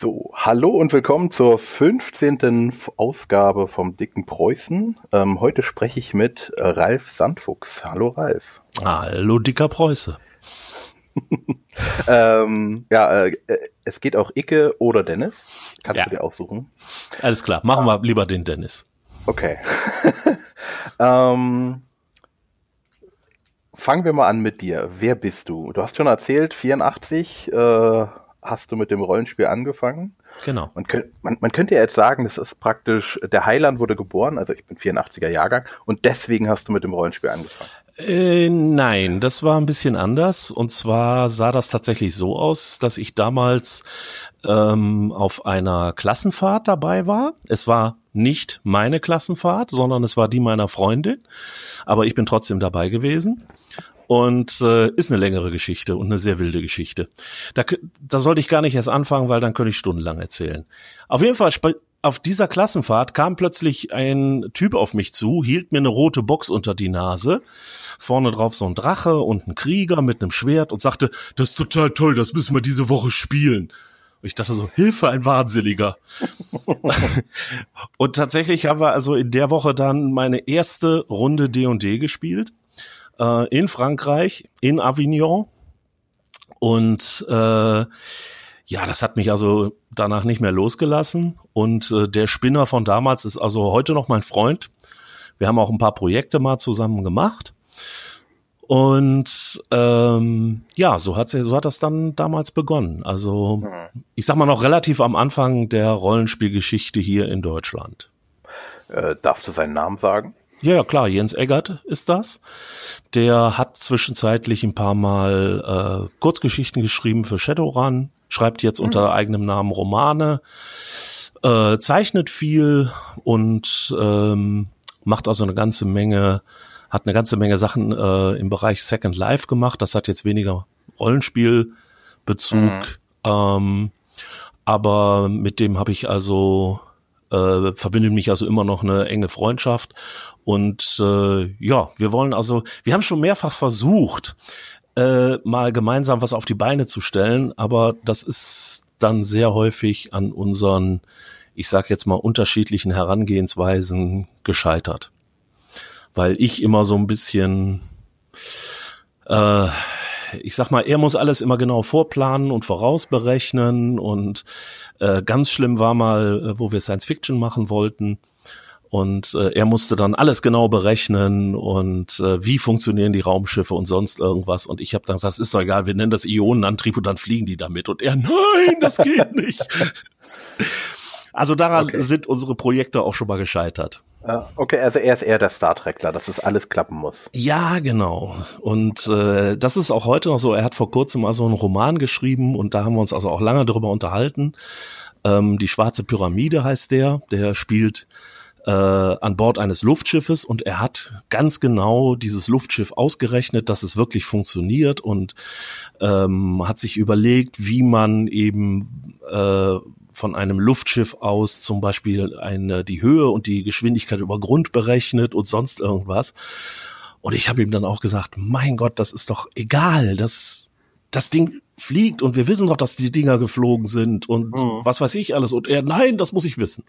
So, hallo und willkommen zur 15. Ausgabe vom Dicken Preußen. Heute spreche ich mit Ralf Sandfuchs. Hallo Ralf. Hallo dicker Preuße. Es geht auch Icke oder Dennis. Kannst du dir aussuchen? Alles klar, machen wir lieber den Dennis. Okay. Fangen wir mal an mit dir. Wer bist du? Du hast schon erzählt, 84 hast du mit dem Rollenspiel angefangen. Genau. Man könnte ja jetzt sagen, das ist praktisch, der Heiland wurde geboren, also ich bin 84er Jahrgang, und deswegen hast du mit dem Rollenspiel angefangen. Nein, das war ein bisschen anders. Und zwar sah das tatsächlich so aus, dass ich damals auf einer Klassenfahrt dabei war. Es war nicht meine Klassenfahrt, sondern es war die meiner Freundin. Aber ich bin trotzdem dabei gewesen. Und ist eine längere Geschichte und eine sehr wilde Geschichte. Da sollte ich gar nicht erst anfangen, weil dann könnte ich stundenlang erzählen. Auf jeden Fall, auf dieser Klassenfahrt kam plötzlich ein Typ auf mich zu, hielt mir eine rote Box unter die Nase, vorne drauf so ein Drache und ein Krieger mit einem Schwert und sagte, das ist total toll, das müssen wir diese Woche spielen. Und ich dachte so, Hilfe, ein Wahnsinniger. Und tatsächlich haben wir also in der Woche dann meine erste Runde D&D gespielt. In Frankreich, in Avignon. Und das hat mich also danach nicht mehr losgelassen. Und der Spinner von damals ist also heute noch mein Freund. Wir haben auch ein paar Projekte mal zusammen gemacht. Und so hat das dann damals begonnen. Also ich sag mal noch relativ am Anfang der Rollenspielgeschichte hier in Deutschland. Darfst du seinen Namen sagen? Ja, klar, Jens Eggert ist das. Der hat zwischenzeitlich ein paar Mal Kurzgeschichten geschrieben für Shadowrun, schreibt jetzt unter eigenem Namen Romane, zeichnet viel und macht also hat eine ganze Menge Sachen im Bereich Second Life gemacht. Das hat jetzt weniger Rollenspielbezug, aber mit dem habe ich also verbindet mich also immer noch eine enge Freundschaft. Und wir haben schon mehrfach versucht, mal gemeinsam was auf die Beine zu stellen, aber das ist dann sehr häufig an unseren, ich sag jetzt mal, unterschiedlichen Herangehensweisen gescheitert. Weil ich immer so ein bisschen, ich sag mal, er muss alles immer genau vorplanen und vorausberechnen und ganz schlimm war mal, wo wir Science Fiction machen wollten. Und er musste dann alles genau berechnen und wie funktionieren die Raumschiffe und sonst irgendwas. Und ich habe dann gesagt, es ist doch egal, wir nennen das Ionenantrieb und dann fliegen die damit. Und er, nein, das geht nicht. Also daran sind unsere Projekte auch schon mal gescheitert. Okay, also er ist eher der Star Trekler, dass das alles klappen muss. Ja, genau. Und das ist auch heute noch so. Er hat vor kurzem mal so einen Roman geschrieben und da haben wir uns also auch lange darüber unterhalten. Die Schwarze Pyramide heißt der. Der spielt an Bord eines Luftschiffes und er hat ganz genau dieses Luftschiff ausgerechnet, dass es wirklich funktioniert und hat sich überlegt, wie man eben von einem Luftschiff aus zum Beispiel die Höhe und die Geschwindigkeit über Grund berechnet und sonst irgendwas. Und ich habe ihm dann auch gesagt, mein Gott, das ist doch egal, das Ding fliegt und wir wissen doch, dass die Dinger geflogen sind und was weiß ich alles. Und er, nein, das muss ich wissen.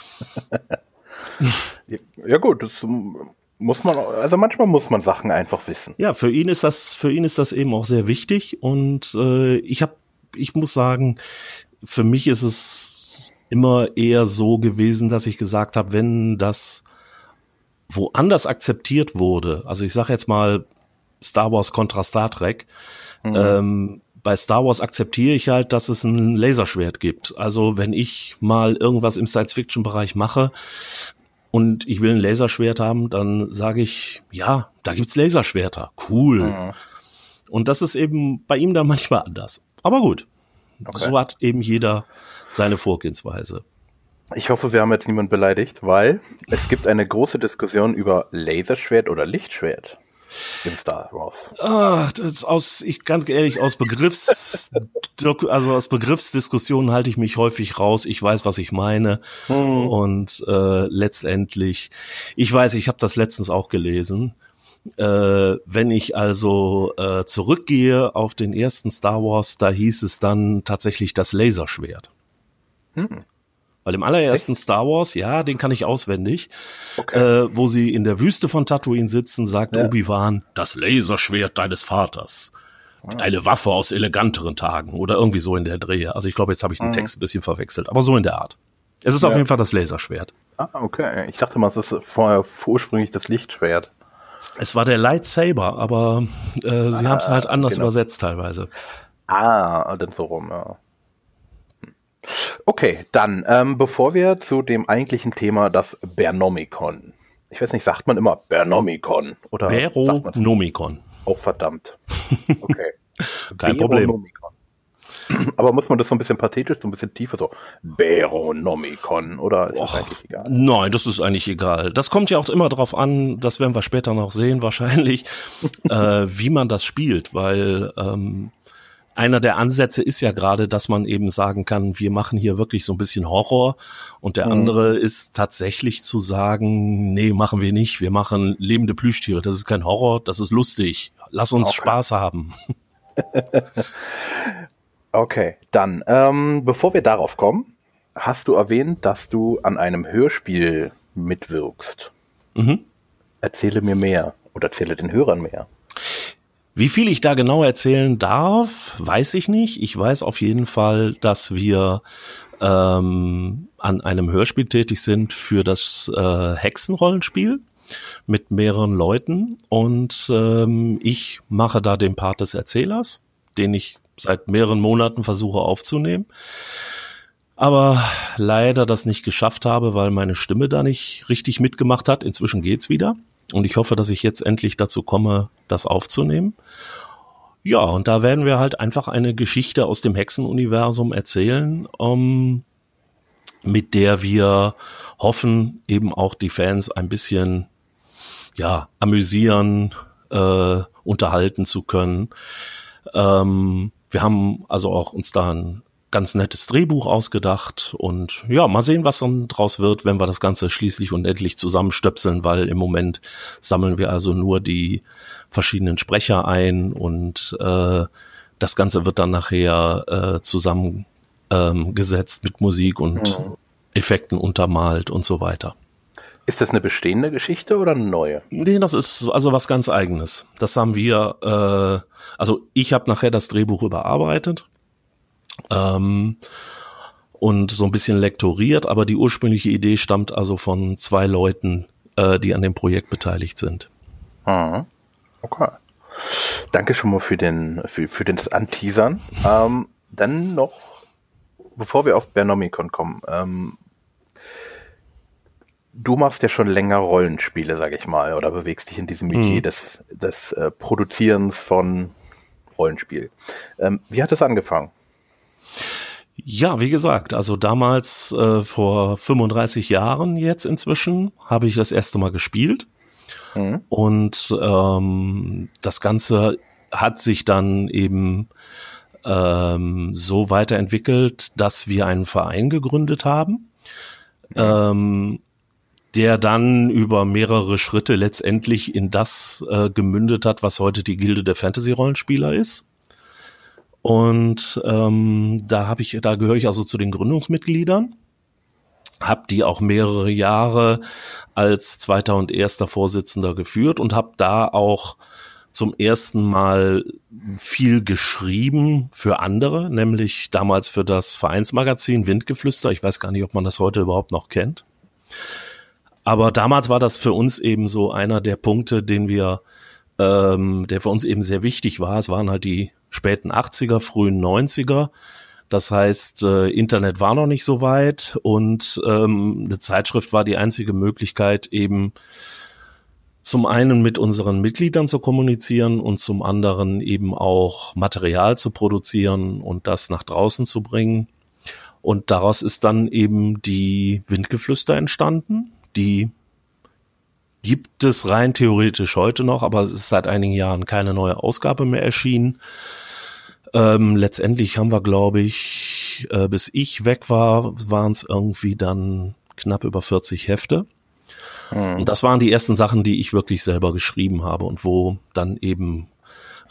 Ja gut, das muss man, also manchmal muss man Sachen einfach wissen. Ja, für ihn ist das eben auch sehr wichtig und ich muss sagen, für mich ist es immer eher so gewesen, dass ich gesagt habe, wenn das woanders akzeptiert wurde, also ich sage jetzt mal Star Wars kontra Star Trek, bei Star Wars akzeptiere ich halt, dass es ein Laserschwert gibt. Also wenn ich mal irgendwas im Science-Fiction-Bereich mache und ich will ein Laserschwert haben, dann sage ich, ja, da gibt's Laserschwerter. Cool. Und das ist eben bei ihm dann manchmal anders. Aber gut, so hat eben jeder seine Vorgehensweise. Ich hoffe, wir haben jetzt niemanden beleidigt, weil es gibt eine große Diskussion über Laserschwert oder Lichtschwert in Star Wars. Ganz ehrlich, aus Begriffsdiskussionen halte ich mich häufig raus. Ich weiß, was ich meine. Und letztendlich, ich weiß, ich habe das letztens auch gelesen. Wenn ich also zurückgehe auf den ersten Star Wars, da hieß es dann tatsächlich das Laserschwert. Weil im allerersten Star Wars, ja, den kann ich auswendig, wo sie in der Wüste von Tatooine sitzen, sagt Obi-Wan, das Laserschwert deines Vaters. Eine Waffe aus eleganteren Tagen oder irgendwie so in der Dreh. Also ich glaube, jetzt habe ich den Text ein bisschen verwechselt, aber so in der Art. Es ist auf jeden Fall das Laserschwert. Ah, okay. Ich dachte mal, es ist vorher ursprünglich das Lichtschwert. Es war der Lightsaber, aber sie haben es halt anders übersetzt teilweise. Ah, dann so rum, ja. Okay, dann, bevor wir zu dem eigentlichen Thema, das Bernomikon. Ich weiß nicht, sagt man immer Bernomikon? Oder Beronomikon. Oh, verdammt. Okay. Kein Problem. Aber muss man das so ein bisschen pathetisch, so ein bisschen tiefer, so Beronomikon, oder ist das eigentlich egal? Nein, das ist eigentlich egal. Das kommt ja auch immer drauf an, das werden wir später noch sehen wahrscheinlich, wie man das spielt, weil einer der Ansätze ist ja gerade, dass man eben sagen kann, wir machen hier wirklich so ein bisschen Horror, und der andere ist tatsächlich zu sagen, nee, machen wir nicht, wir machen lebende Plüschtiere, das ist kein Horror, das ist lustig, lass uns Spaß haben. Okay, dann, bevor wir darauf kommen, hast du erwähnt, dass du an einem Hörspiel mitwirkst. Erzähle mir mehr oder erzähle den Hörern mehr. Wie viel ich da genau erzählen darf, weiß ich nicht. Ich weiß auf jeden Fall, dass wir an einem Hörspiel tätig sind für das Hexenrollenspiel mit mehreren Leuten, und ich mache da den Part des Erzählers, den ich seit mehreren Monaten versuche aufzunehmen, aber leider das nicht geschafft habe, weil meine Stimme da nicht richtig mitgemacht hat. Inzwischen geht's wieder, und ich hoffe, dass ich jetzt endlich dazu komme, das aufzunehmen. Ja, und da werden wir halt einfach eine Geschichte aus dem Hexenuniversum erzählen, mit der wir hoffen, eben auch die Fans ein bisschen, ja, amüsieren, unterhalten zu können. Wir haben also auch uns da ein ganz nettes Drehbuch ausgedacht, und ja, mal sehen, was dann draus wird, wenn wir das Ganze schließlich und endlich zusammenstöpseln, weil im Moment sammeln wir also nur die verschiedenen Sprecher ein, und das Ganze wird dann nachher zusammengesetzt mit Musik und Effekten untermalt und so weiter. Ist das eine bestehende Geschichte oder eine neue? Nee, das ist also was ganz Eigenes. Das haben wir, also ich habe nachher das Drehbuch überarbeitet und so ein bisschen lektoriert, aber die ursprüngliche Idee stammt also von 2 Leuten, die an dem Projekt beteiligt sind. Okay. Danke schon mal für den Anteasern. Dann noch, bevor wir auf Bernomikon kommen, du machst ja schon länger Rollenspiele, sag ich mal, oder bewegst dich in diesem Metier des Produzierens von Rollenspiel. Wie hat es angefangen? Ja, wie gesagt, also damals vor 35 Jahren jetzt inzwischen habe ich das erste Mal gespielt. Und das Ganze hat sich dann eben so weiterentwickelt, dass wir einen Verein gegründet haben, der dann über mehrere Schritte letztendlich in das gemündet hat, was heute die Gilde der Fantasy-Rollenspieler ist. Und da gehöre ich also zu den Gründungsmitgliedern, habe die auch mehrere Jahre als zweiter und erster Vorsitzender geführt und habe da auch zum ersten Mal viel geschrieben für andere, nämlich damals für das Vereinsmagazin Windgeflüster. Ich weiß gar nicht, ob man das heute überhaupt noch kennt. Aber damals war das für uns eben so einer der Punkte, der für uns eben sehr wichtig war. Es waren halt die späten 80er, frühen 90er. Das heißt, Internet war noch nicht so weit, und eine Zeitschrift war die einzige Möglichkeit, eben zum einen mit unseren Mitgliedern zu kommunizieren und zum anderen eben auch Material zu produzieren und das nach draußen zu bringen. Und daraus ist dann eben die Windgeflüster entstanden. Die gibt es rein theoretisch heute noch, aber es ist seit einigen Jahren keine neue Ausgabe mehr erschienen. Letztendlich haben wir, glaube ich, bis ich weg war, waren es irgendwie dann knapp über 40 Hefte. Und das waren die ersten Sachen, die ich wirklich selber geschrieben habe und wo dann eben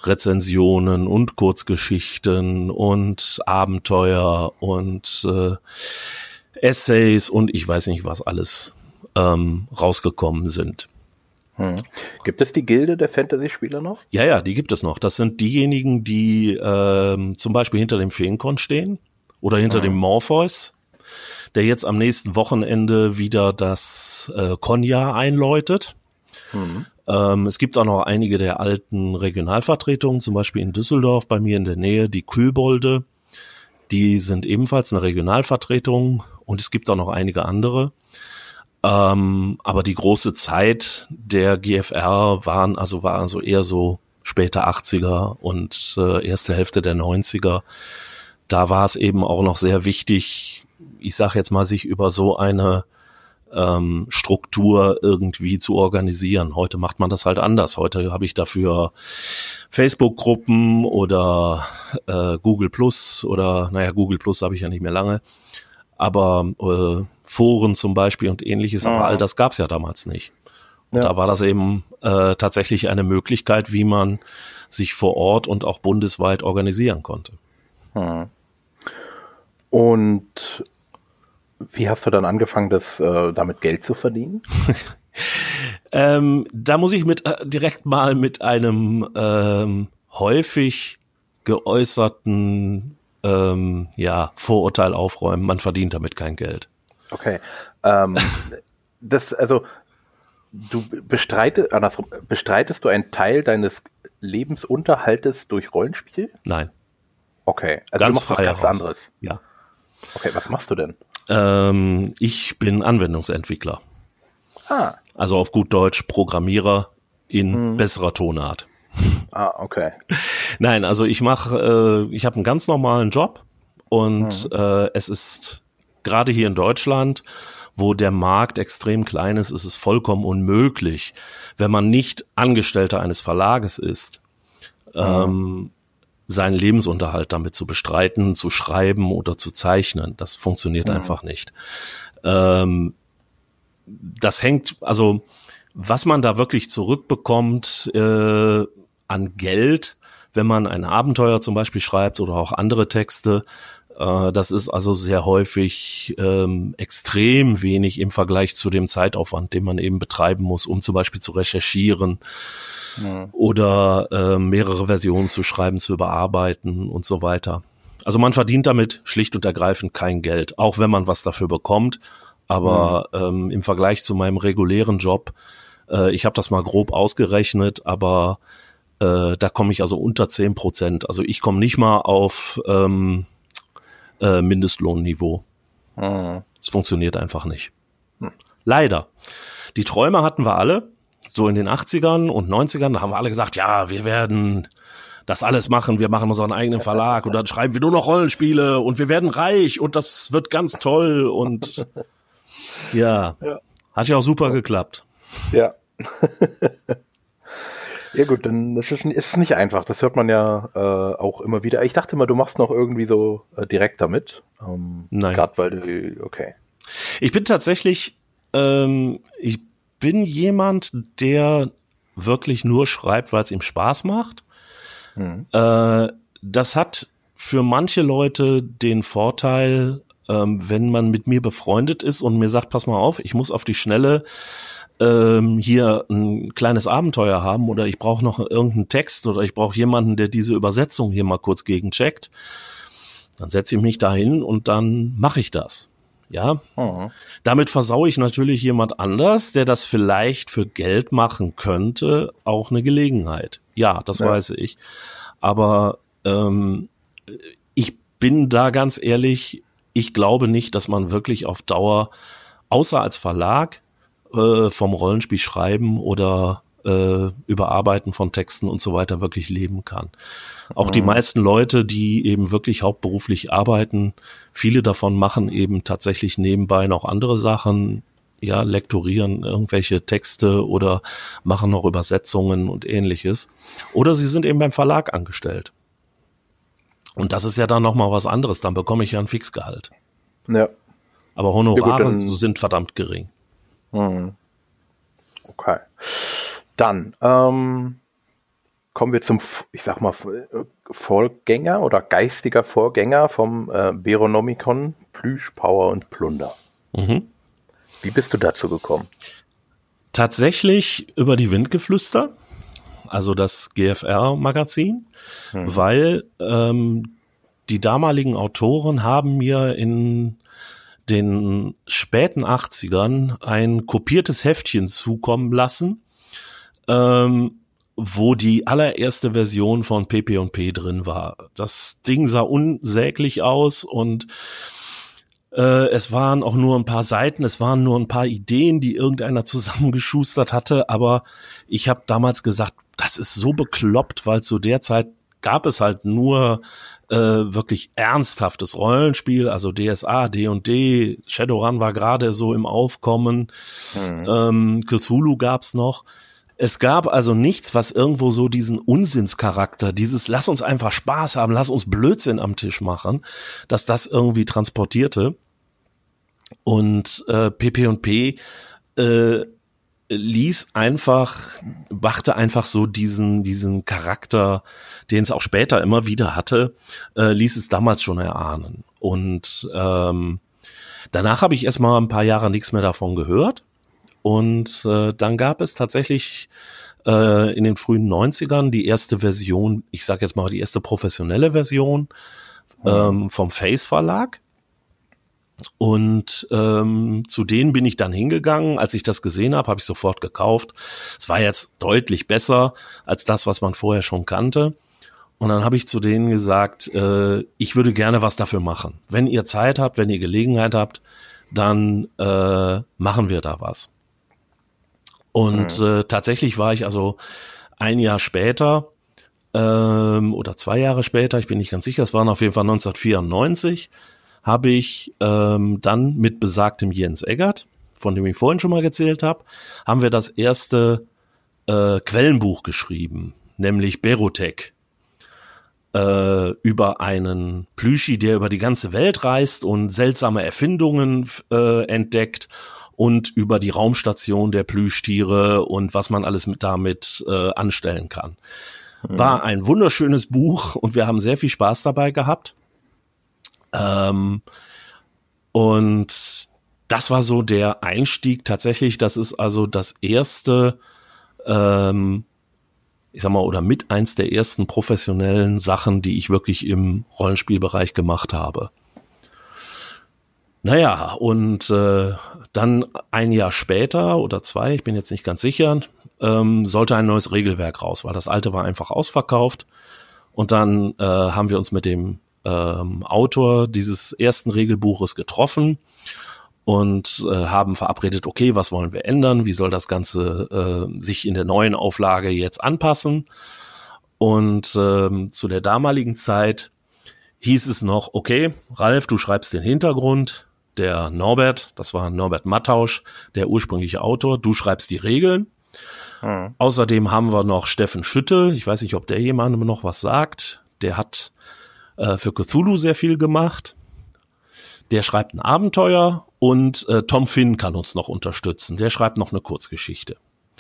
Rezensionen und Kurzgeschichten und Abenteuer und Essays und ich weiß nicht, was alles rausgekommen sind. Gibt es die Gilde der Fantasy-Spieler noch? Ja, die gibt es noch. Das sind diejenigen, die zum Beispiel hinter dem Feenkon stehen oder hinter dem Morpheus, der jetzt am nächsten Wochenende wieder das Konjahr einläutet. Es gibt auch noch einige der alten Regionalvertretungen, zum Beispiel in Düsseldorf bei mir in der Nähe, die Kühlbolde. Die sind ebenfalls eine Regionalvertretung und es gibt auch noch einige andere. Aber die große Zeit der GFR war also eher so späte 80er und erste Hälfte der 90er. Da war es eben auch noch sehr wichtig, ich sage jetzt mal, sich über so eine Struktur irgendwie zu organisieren. Heute macht man das halt anders. Heute habe ich dafür Facebook-Gruppen oder Google Plus oder, Google Plus habe ich ja nicht mehr lange, aber Foren zum Beispiel und ähnliches, aber all das gab es ja damals nicht. Und da war das eben tatsächlich eine Möglichkeit, wie man sich vor Ort und auch bundesweit organisieren konnte. Und wie hast du dann angefangen, damit Geld zu verdienen? Da muss ich direkt mal mit einem häufig geäußerten Vorurteil aufräumen. Man verdient damit kein Geld. Okay. Bestreitest du einen Teil deines Lebensunterhaltes durch Rollenspiel? Nein. Okay. Also ganz du machst was ganz anderes. Ja. Okay, was machst du denn? Ich bin Anwendungsentwickler. Also auf gut Deutsch Programmierer in besserer Tonart. Okay. Nein, also ich habe einen ganz normalen Job und es ist gerade hier in Deutschland, wo der Markt extrem klein ist, ist es vollkommen unmöglich, wenn man nicht Angestellter eines Verlages ist, seinen Lebensunterhalt damit zu bestreiten, zu schreiben oder zu zeichnen. Das funktioniert einfach nicht. Das hängt, also was man da wirklich zurückbekommt an Geld, wenn man ein Abenteuer zum Beispiel schreibt oder auch andere Texte, das ist also sehr häufig extrem wenig im Vergleich zu dem Zeitaufwand, den man eben betreiben muss, um zum Beispiel zu recherchieren oder mehrere Versionen zu schreiben, zu überarbeiten und so weiter. Also man verdient damit schlicht und ergreifend kein Geld, auch wenn man was dafür bekommt. Aber im Vergleich zu meinem regulären Job, ich habe das mal grob ausgerechnet, aber da komme ich also unter 10%. Also ich komme nicht mal auf Mindestlohnniveau. Das funktioniert einfach nicht. Leider. Die Träume hatten wir alle, so in den 80ern und 90ern, da haben wir alle gesagt, ja, wir werden das alles machen, wir machen unseren eigenen Verlag und dann schreiben wir nur noch Rollenspiele und wir werden reich und das wird ganz toll und ja. Hat ja auch super geklappt. Ja. Ja gut, dann ist es nicht einfach. Das hört man ja auch immer wieder. Ich dachte immer, du machst noch irgendwie so direkt damit. Nein. Gerade weil du, okay. Ich bin tatsächlich, ich bin jemand, der wirklich nur schreibt, weil es ihm Spaß macht. Das hat für manche Leute den Vorteil, wenn man mit mir befreundet ist und mir sagt, pass mal auf, ich muss auf die Schnelle hier ein kleines Abenteuer haben oder ich brauche noch irgendeinen Text oder ich brauche jemanden, der diese Übersetzung hier mal kurz gegencheckt, dann setze ich mich da hin und dann mache ich das. Ja, damit versaue ich natürlich jemand anders, der das vielleicht für Geld machen könnte, auch eine Gelegenheit. Ja, das weiß ich. Aber ich bin da ganz ehrlich, ich glaube nicht, dass man wirklich auf Dauer, außer als Verlag, vom Rollenspiel schreiben oder Überarbeiten von Texten und so weiter wirklich leben kann. Auch die meisten Leute, die eben wirklich hauptberuflich arbeiten, viele davon machen eben tatsächlich nebenbei noch andere Sachen, ja, lektorieren irgendwelche Texte oder machen noch Übersetzungen und ähnliches. Oder sie sind eben beim Verlag angestellt. Und das ist ja dann nochmal was anderes, dann bekomme ich ja ein Fixgehalt. Ja. Aber Honorare sind verdammt gering. Okay. Dann, kommen wir zum, ich sag mal, Vorgänger oder geistiger Vorgänger vom Beronomicon, Plüsch, Power und Plunder. Mhm. Wie bist du dazu gekommen? Tatsächlich über die Windgeflüster, also das GFR-Magazin, weil die damaligen Autoren haben mir in den späten 80ern ein kopiertes Heftchen zukommen lassen, wo die allererste Version von PP&P drin war. Das Ding sah unsäglich aus und es waren auch nur ein paar Seiten, es waren nur ein paar Ideen, die irgendeiner zusammengeschustert hatte, aber ich habe damals gesagt, das ist so bekloppt, weil zu der Zeit gab es halt nur wirklich ernsthaftes Rollenspiel, also DSA, D&D, Shadowrun war gerade so im Aufkommen, Cthulhu gab's noch. Es gab also nichts, was irgendwo so diesen Unsinnscharakter, dieses lass uns einfach Spaß haben, lass uns Blödsinn am Tisch machen, dass das irgendwie transportierte. Und PP&P machte einfach so diesen Charakter, den es auch später immer wieder hatte, ließ es damals schon erahnen. Und danach habe ich erstmal ein paar Jahre nichts mehr davon gehört. Und dann gab es tatsächlich in den frühen 90ern die erste Version, ich sage jetzt mal die erste professionelle Version vom Face Verlag. Und zu denen bin ich dann hingegangen. Als ich das gesehen habe, habe ich sofort gekauft. Es war jetzt deutlich besser als das, was man vorher schon kannte. Und dann habe ich zu denen gesagt, ich würde gerne was dafür machen. Wenn ihr Zeit habt, wenn ihr Gelegenheit habt, dann machen wir da was. Und tatsächlich war ich also ein Jahr später oder 2 Jahre später, ich bin nicht ganz sicher, es waren auf jeden Fall 1994, habe ich dann mit besagtem Jens Eggert, von dem ich vorhin schon mal erzählt habe, haben wir das erste Quellenbuch geschrieben, nämlich Berotech, über einen Plüschi, der über die ganze Welt reist und seltsame Erfindungen entdeckt und über die Raumstation der Plüschtiere und was man alles damit anstellen kann. War ein wunderschönes Buch und wir haben sehr viel Spaß dabei gehabt. Und das war so der Einstieg tatsächlich. Das ist also das erste, ich sag mal, oder mit eins der ersten professionellen Sachen, die ich wirklich im Rollenspielbereich gemacht habe. Naja, und dann ein Jahr später oder 2, ich bin jetzt nicht ganz sicher, sollte ein neues Regelwerk raus, weil das alte war einfach ausverkauft. Und dann haben wir uns mit dem Autor dieses ersten Regelbuches getroffen und haben verabredet, okay, was wollen wir ändern? Wie soll das Ganze sich in der neuen Auflage jetzt anpassen? Und zu der damaligen Zeit hieß es noch, okay, Ralf, du schreibst den Hintergrund, der Norbert, das war Norbert Mattausch, der ursprüngliche Autor, du schreibst die Regeln. Außerdem haben wir noch Steffen Schütte, ich weiß nicht, ob der jemandem noch was sagt, der hat für Cthulhu sehr viel gemacht. Der schreibt ein Abenteuer und Tom Finn kann uns noch unterstützen. Der schreibt noch eine Kurzgeschichte.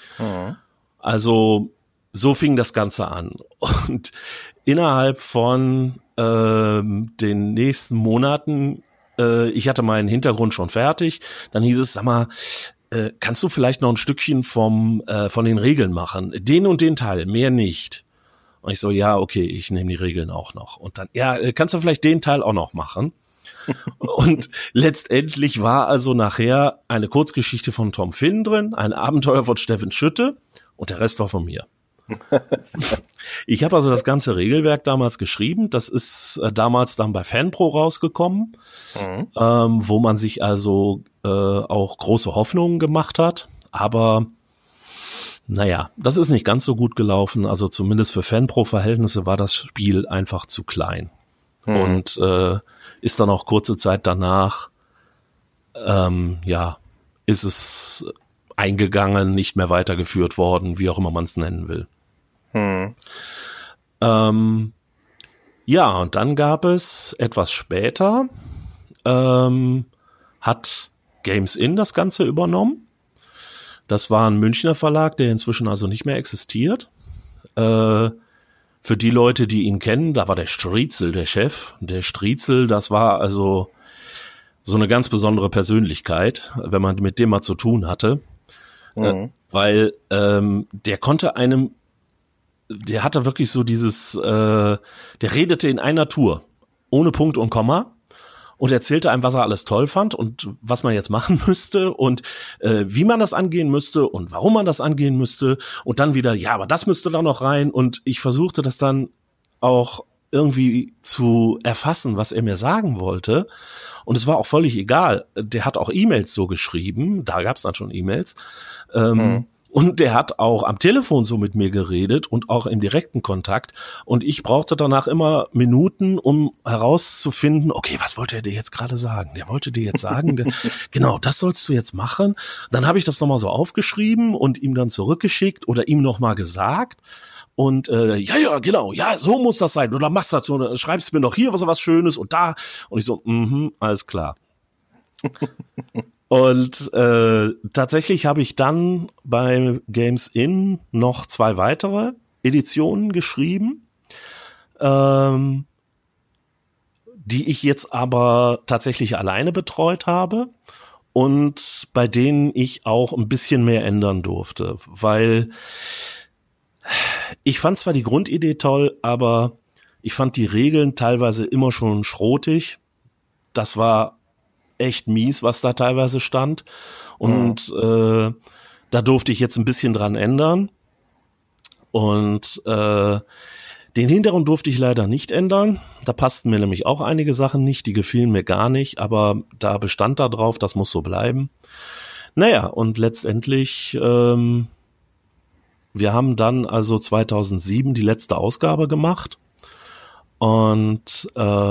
Also so fing das Ganze an. Und innerhalb von den nächsten Monaten, ich hatte meinen Hintergrund schon fertig, dann hieß es, sag mal, kannst du vielleicht noch ein Stückchen von den Regeln machen? Den und den Teil, mehr nicht. Und ich so, ja, okay, ich nehme die Regeln auch noch. Und dann, ja, kannst du vielleicht den Teil auch noch machen? Und letztendlich war also nachher eine Kurzgeschichte von Tom Finn drin, ein Abenteuer von Steffen Schütte und der Rest war von mir. Ich habe also das ganze Regelwerk damals geschrieben. Das ist damals dann bei FanPro rausgekommen, wo man sich also auch große Hoffnungen gemacht hat. Aber naja, das ist nicht ganz so gut gelaufen. Also zumindest für FanPro-Verhältnisse war das Spiel einfach zu klein. Und ist dann auch kurze Zeit danach, ist es eingegangen, nicht mehr weitergeführt worden, wie auch immer man es nennen will. Und dann gab es etwas später, hat Games In das Ganze übernommen. Das war ein Münchner Verlag, der inzwischen also nicht mehr existiert. Für die Leute, die ihn kennen, da war der Striezel der Chef. Der Striezel, das war also so eine ganz besondere Persönlichkeit, wenn man mit dem mal zu tun hatte. Weil der konnte der hatte wirklich so der redete in einer Tour, ohne Punkt und Komma. Und erzählte einem, was er alles toll fand und was man jetzt machen müsste und wie man das angehen müsste und warum man das angehen müsste. Und dann wieder, ja, aber das müsste da noch rein. Und ich versuchte das dann auch irgendwie zu erfassen, was er mir sagen wollte. Und es war auch völlig egal. Der hat auch E-Mails so geschrieben. Da gab es dann schon E-Mails. Und der hat auch am Telefon so mit mir geredet und auch im direkten Kontakt. Und ich brauchte danach immer Minuten, um herauszufinden, okay, was wollte er dir jetzt gerade sagen? Der wollte dir jetzt sagen, genau, das sollst du jetzt machen. Dann habe ich das nochmal so aufgeschrieben und ihm dann zurückgeschickt oder ihm nochmal gesagt. Und ja, genau, ja, so muss das sein. Oder machst das so, schreibst mir noch hier was Schönes und da. Und ich so, alles klar. Und tatsächlich habe ich dann bei Games In noch 2 weitere Editionen geschrieben, die ich jetzt aber tatsächlich alleine betreut habe und bei denen ich auch ein bisschen mehr ändern durfte, weil ich fand zwar die Grundidee toll, aber ich fand die Regeln teilweise immer schon schrotig. Das war echt mies, was da teilweise stand. Und da durfte ich jetzt ein bisschen dran ändern. Und den Hintergrund durfte ich leider nicht ändern. Da passten mir nämlich auch einige Sachen nicht, die gefielen mir gar nicht, aber da bestand da drauf, das muss so bleiben. Naja, und letztendlich, wir haben dann also 2007 die letzte Ausgabe gemacht. Und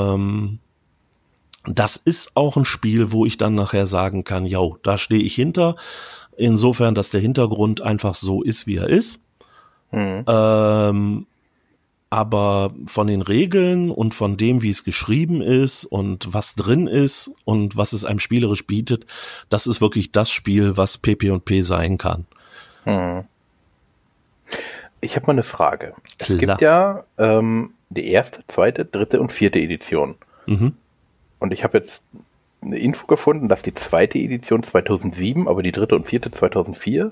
das ist auch ein Spiel, wo ich dann nachher sagen kann, ja, da stehe ich hinter. Insofern, dass der Hintergrund einfach so ist, wie er ist. Aber von den Regeln und von dem, wie es geschrieben ist und was drin ist und was es einem spielerisch bietet, das ist wirklich das Spiel, was PP&P sein kann. Ich habe mal eine Frage. Es gibt ja die erste, zweite, dritte und vierte Edition. Und ich habe jetzt eine Info gefunden, dass die zweite Edition 2007, aber die dritte und vierte 2004.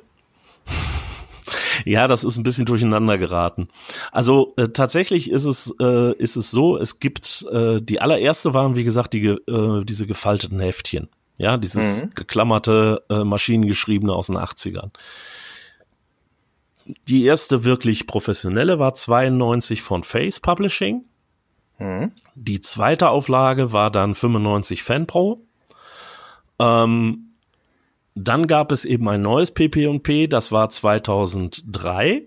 Ja, das ist ein bisschen durcheinander geraten. Also tatsächlich ist es so, es gibt die allererste waren, wie gesagt, diese gefalteten Heftchen. Ja, dieses geklammerte, maschinengeschriebene aus den 80ern. Die erste wirklich professionelle war 92 von Face Publishing. Die zweite Auflage war dann 95 FanPro. Dann gab es eben ein neues PP&P, das war 2003.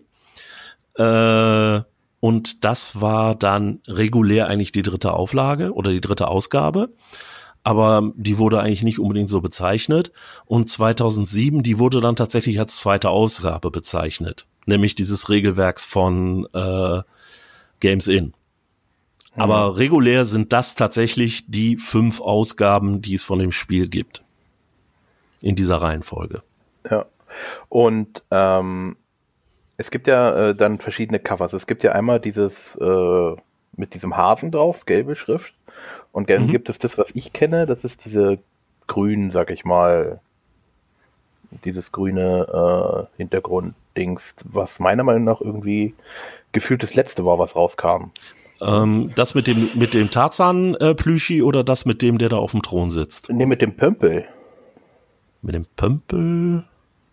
Und das war dann regulär eigentlich die dritte Auflage oder die dritte Ausgabe. Aber die wurde eigentlich nicht unbedingt so bezeichnet. Und 2007, die wurde dann tatsächlich als zweite Ausgabe bezeichnet. Nämlich dieses Regelwerks von Games In. Aber regulär sind das tatsächlich die 5 Ausgaben, die es von dem Spiel gibt. In dieser Reihenfolge. Ja. Und es gibt ja dann verschiedene Covers. Es gibt ja einmal dieses mit diesem Hasen drauf, gelbe Schrift. Und dann gibt es das, was ich kenne, das ist diese grün, sag ich mal, dieses grüne Hintergrunddings, was meiner Meinung nach irgendwie gefühlt das letzte war, was rauskam. Das mit dem Tarzan-Plüschi oder das mit dem, der da auf dem Thron sitzt? Nee, mit dem Pömpel. Mit dem Pömpel?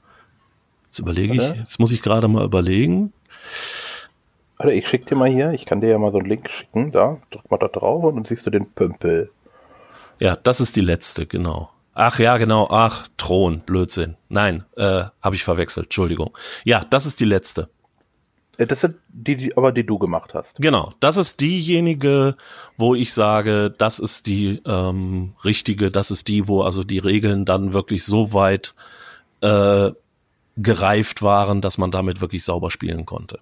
Jetzt muss ich gerade mal überlegen. Warte, ich schick dir mal hier, ich kann dir ja mal so einen Link schicken, da, drück mal da drauf und dann siehst du den Pömpel. Ja, das ist die letzte, genau. Ach ja, genau, Thron, Blödsinn. Nein, habe ich verwechselt, Entschuldigung. Ja, das ist die letzte. Das sind die du gemacht hast. Genau, das ist diejenige, wo ich sage, das ist die richtige, das ist die, wo also die Regeln dann wirklich so weit gereift waren, dass man damit wirklich sauber spielen konnte.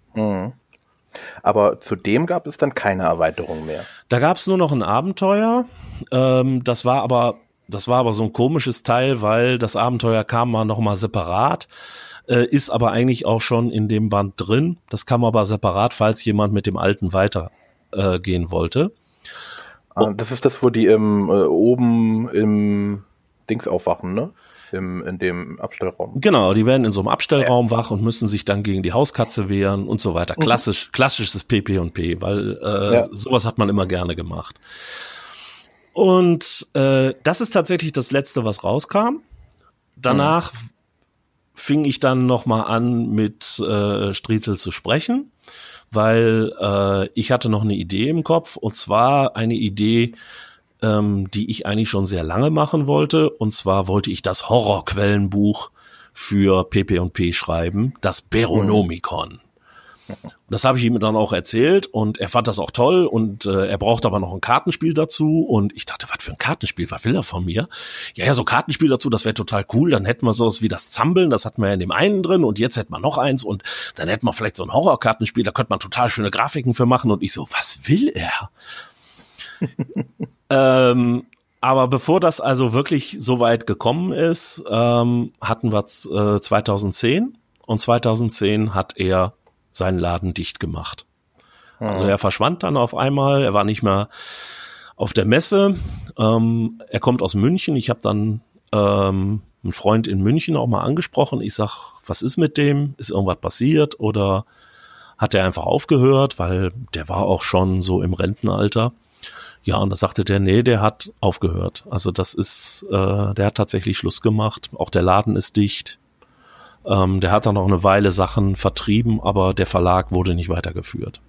Aber zudem gab es dann keine Erweiterung mehr. Da gab es nur noch ein Abenteuer, das war aber so ein komisches Teil, weil das Abenteuer kam mal noch mal separat. ist aber eigentlich auch schon in dem Band drin. Das kann man aber separat, falls jemand mit dem alten weitergehen wollte. Das ist das, wo die oben im Dings aufwachen, ne? In dem Abstellraum. Genau, die werden in so einem Abstellraum wach und müssen sich dann gegen die Hauskatze wehren und so weiter. Klassisches PP&P, weil sowas hat man immer gerne gemacht. Und das ist tatsächlich das Letzte, was rauskam. Danach fing ich dann nochmal an, mit Striezel zu sprechen, weil ich hatte noch eine Idee im Kopf, und zwar eine Idee, die ich eigentlich schon sehr lange machen wollte. Und zwar wollte ich das Horrorquellenbuch für PP&P schreiben, das Beronomicon. Das habe ich ihm dann auch erzählt und er fand das auch toll und er braucht aber noch ein Kartenspiel dazu und ich dachte, was für ein Kartenspiel, was will er von mir? Ja, so Kartenspiel dazu, das wäre total cool, dann hätten wir sowas wie das Zambeln, das hatten wir ja in dem einen drin und jetzt hätten wir noch eins und dann hätten wir vielleicht so ein Horrorkartenspiel, da könnte man total schöne Grafiken für machen und ich so, was will er? Aber bevor das also wirklich so weit gekommen ist, hatten wir 2010 und 2010 hat er seinen Laden dicht gemacht. Also er verschwand dann auf einmal, er war nicht mehr auf der Messe. Er kommt aus München. Ich habe dann einen Freund in München auch mal angesprochen. Ich sag, was ist mit dem? Ist irgendwas passiert oder hat er einfach aufgehört? Weil der war auch schon so im Rentenalter. Ja, und da sagte der, nee, der hat aufgehört. Also das ist, der hat tatsächlich Schluss gemacht. Auch der Laden ist dicht. Der hat dann auch eine Weile Sachen vertrieben, aber der Verlag wurde nicht weitergeführt.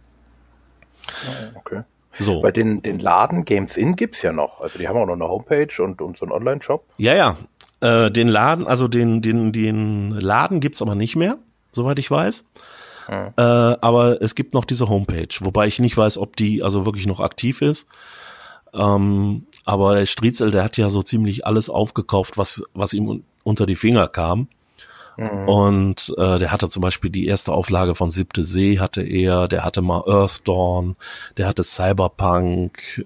Okay. So. Bei den Laden Games Inn gibt's ja noch. Also die haben auch noch eine Homepage und so einen Online-Shop. Ja. Den Laden, also den Laden gibt's aber nicht mehr, soweit ich weiß. Aber es gibt noch diese Homepage, wobei ich nicht weiß, ob die also wirklich noch aktiv ist. Aber der Striezel, der hat ja so ziemlich alles aufgekauft, was ihm unter die Finger kam. Und der hatte zum Beispiel die erste Auflage von Siebte See hatte er, der hatte mal Earthdawn, der hatte Cyberpunk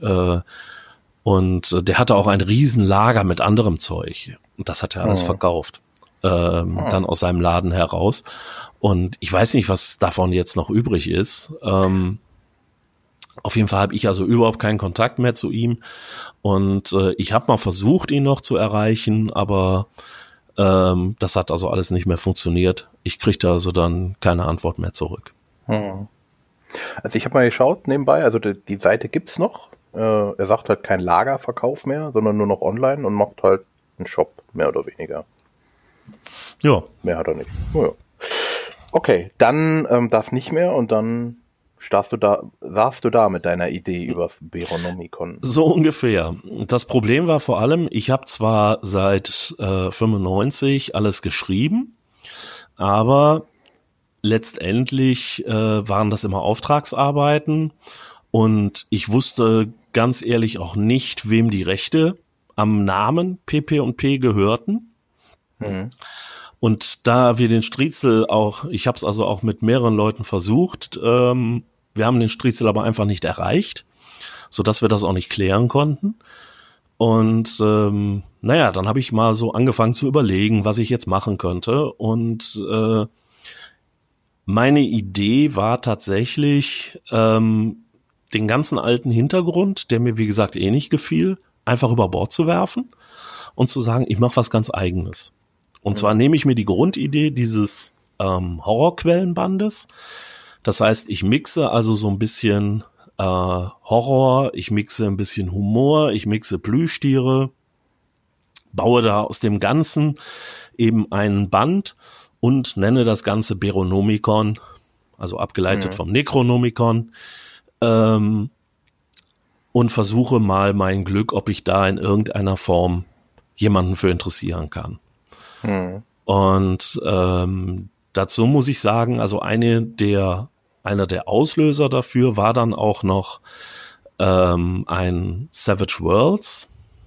und der hatte auch ein Riesenlager mit anderem Zeug. Und das hat er alles verkauft, dann aus seinem Laden heraus. Und ich weiß nicht, was davon jetzt noch übrig ist. Auf jeden Fall habe ich also überhaupt keinen Kontakt mehr zu ihm. Und ich habe mal versucht, ihn noch zu erreichen, aber das hat also alles nicht mehr funktioniert. Ich kriegte also dann keine Antwort mehr zurück. Also ich habe mal geschaut nebenbei, also die Seite gibt's noch. Er sagt halt kein Lagerverkauf mehr, sondern nur noch online und macht halt einen Shop, mehr oder weniger. Ja. Mehr hat er nicht. Oh, ja. Okay, dann das nicht mehr und dann saßt du da mit deiner Idee übers Beronomicon. So ungefähr. Das Problem war vor allem, ich habe zwar seit 95 alles geschrieben, aber letztendlich waren das immer Auftragsarbeiten und ich wusste ganz ehrlich auch nicht, wem die Rechte am Namen PP&P gehörten. Und da wir den Striezel auch, ich habe es also auch mit mehreren Leuten versucht, wir haben den Striezel aber einfach nicht erreicht, sodass wir das auch nicht klären konnten. Und dann habe ich mal so angefangen zu überlegen, was ich jetzt machen könnte. Und meine Idee war tatsächlich, den ganzen alten Hintergrund, der mir wie gesagt eh nicht gefiel, einfach über Bord zu werfen und zu sagen, ich mache was ganz Eigenes. Und zwar nehme ich mir die Grundidee dieses Horrorquellenbandes. Das heißt, ich mixe also so ein bisschen Horror, ich mixe ein bisschen Humor, ich mixe Plüschtiere, baue da aus dem Ganzen eben einen Band und nenne das Ganze Beronomicon, also abgeleitet vom Necronomicon, und versuche mal mein Glück, ob ich da in irgendeiner Form jemanden für interessieren kann. Und dazu muss ich sagen, also einer der Auslöser dafür war dann auch noch ein Savage Worlds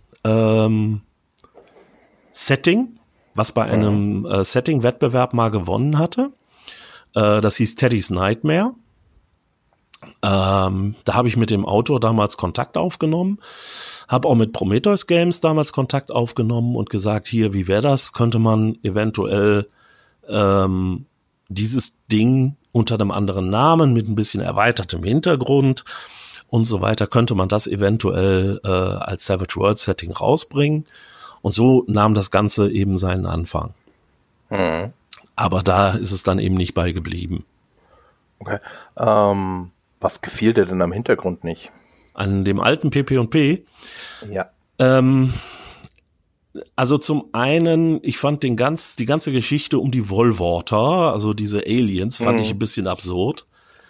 Setting, was bei einem Setting-Wettbewerb mal gewonnen hatte. Das hieß Teddy's Nightmare. Da habe ich mit dem Autor damals Kontakt aufgenommen, habe auch mit Prometheus Games damals Kontakt aufgenommen und gesagt, hier, wie wäre das? Könnte man eventuell dieses Ding unter einem anderen Namen mit ein bisschen erweitertem Hintergrund und so weiter, könnte man das eventuell als Savage Worlds Setting rausbringen. Und so nahm das Ganze eben seinen Anfang. Mhm. Aber da ist es dann eben nicht bei geblieben. Okay. Was gefiel dir denn am Hintergrund nicht? An dem alten PP&P? Ja. Also zum einen, ich fand die ganze Geschichte um die Volvorter, also diese Aliens, fand ich ein bisschen absurd.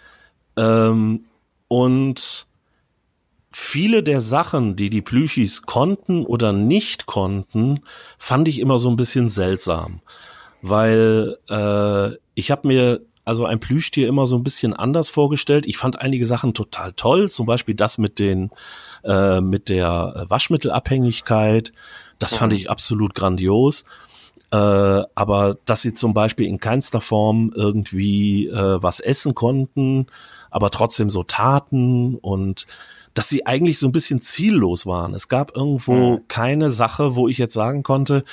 Und viele der Sachen, die Plüschis konnten oder nicht konnten, fand ich immer so ein bisschen seltsam. Weil ich habe mir also ein Plüschtier immer so ein bisschen anders vorgestellt. Ich fand einige Sachen total toll, zum Beispiel das mit der Waschmittelabhängigkeit. Das fand ich absolut grandios. Aber dass sie zum Beispiel in keinster Form irgendwie was essen konnten, aber trotzdem so taten und dass sie eigentlich so ein bisschen ziellos waren. Es gab irgendwo keine Sache, wo ich jetzt sagen konnte,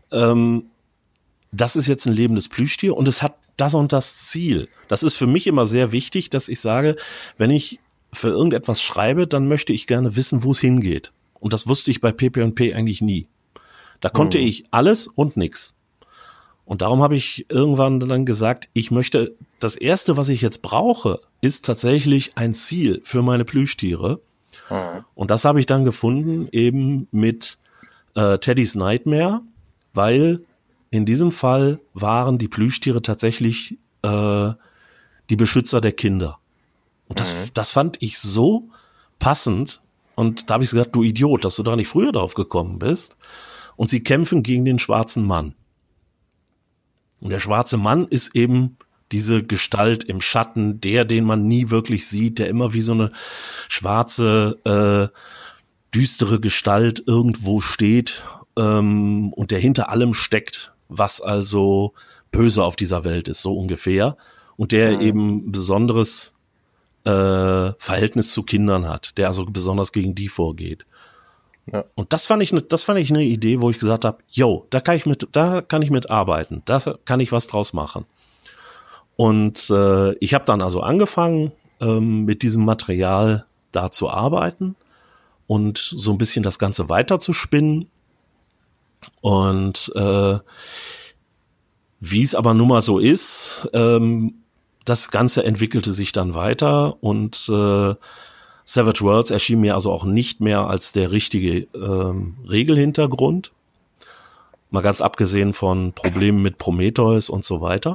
das ist jetzt ein lebendes Plüschtier und es hat das und das Ziel. Das ist für mich immer sehr wichtig, dass ich sage, wenn ich für irgendetwas schreibe, dann möchte ich gerne wissen, wo es hingeht. Und das wusste ich bei PP&P eigentlich nie. Da konnte ich alles und nix. Und darum habe ich irgendwann dann gesagt, das Erste, was ich jetzt brauche, ist tatsächlich ein Ziel für meine Plüschtiere. Und das habe ich dann gefunden eben mit Teddy's Nightmare, weil in diesem Fall waren die Plüschtiere tatsächlich die Beschützer der Kinder. Und das fand ich so passend. Und da habe ich gesagt, du Idiot, dass du da nicht früher drauf gekommen bist. Und sie kämpfen gegen den schwarzen Mann. Und der schwarze Mann ist eben diese Gestalt im Schatten, den man nie wirklich sieht, der immer wie so eine schwarze, düstere Gestalt irgendwo steht und der hinter allem steckt, was also böse auf dieser Welt ist, so ungefähr. Und der eben besonderes Verhältnis zu Kindern hat, der also besonders gegen die vorgeht. Ja. Und das fand ich eine Idee, wo ich gesagt habe, yo, da kann ich mitarbeiten, da kann ich was draus machen. Und ich habe dann also angefangen, mit diesem Material da zu arbeiten und so ein bisschen das Ganze weiter zu spinnen. Und wie es aber nun mal so ist, das Ganze entwickelte sich dann weiter und Savage Worlds erschien mir also auch nicht mehr als der richtige Regelhintergrund. Mal ganz abgesehen von Problemen mit Prometheus und so weiter.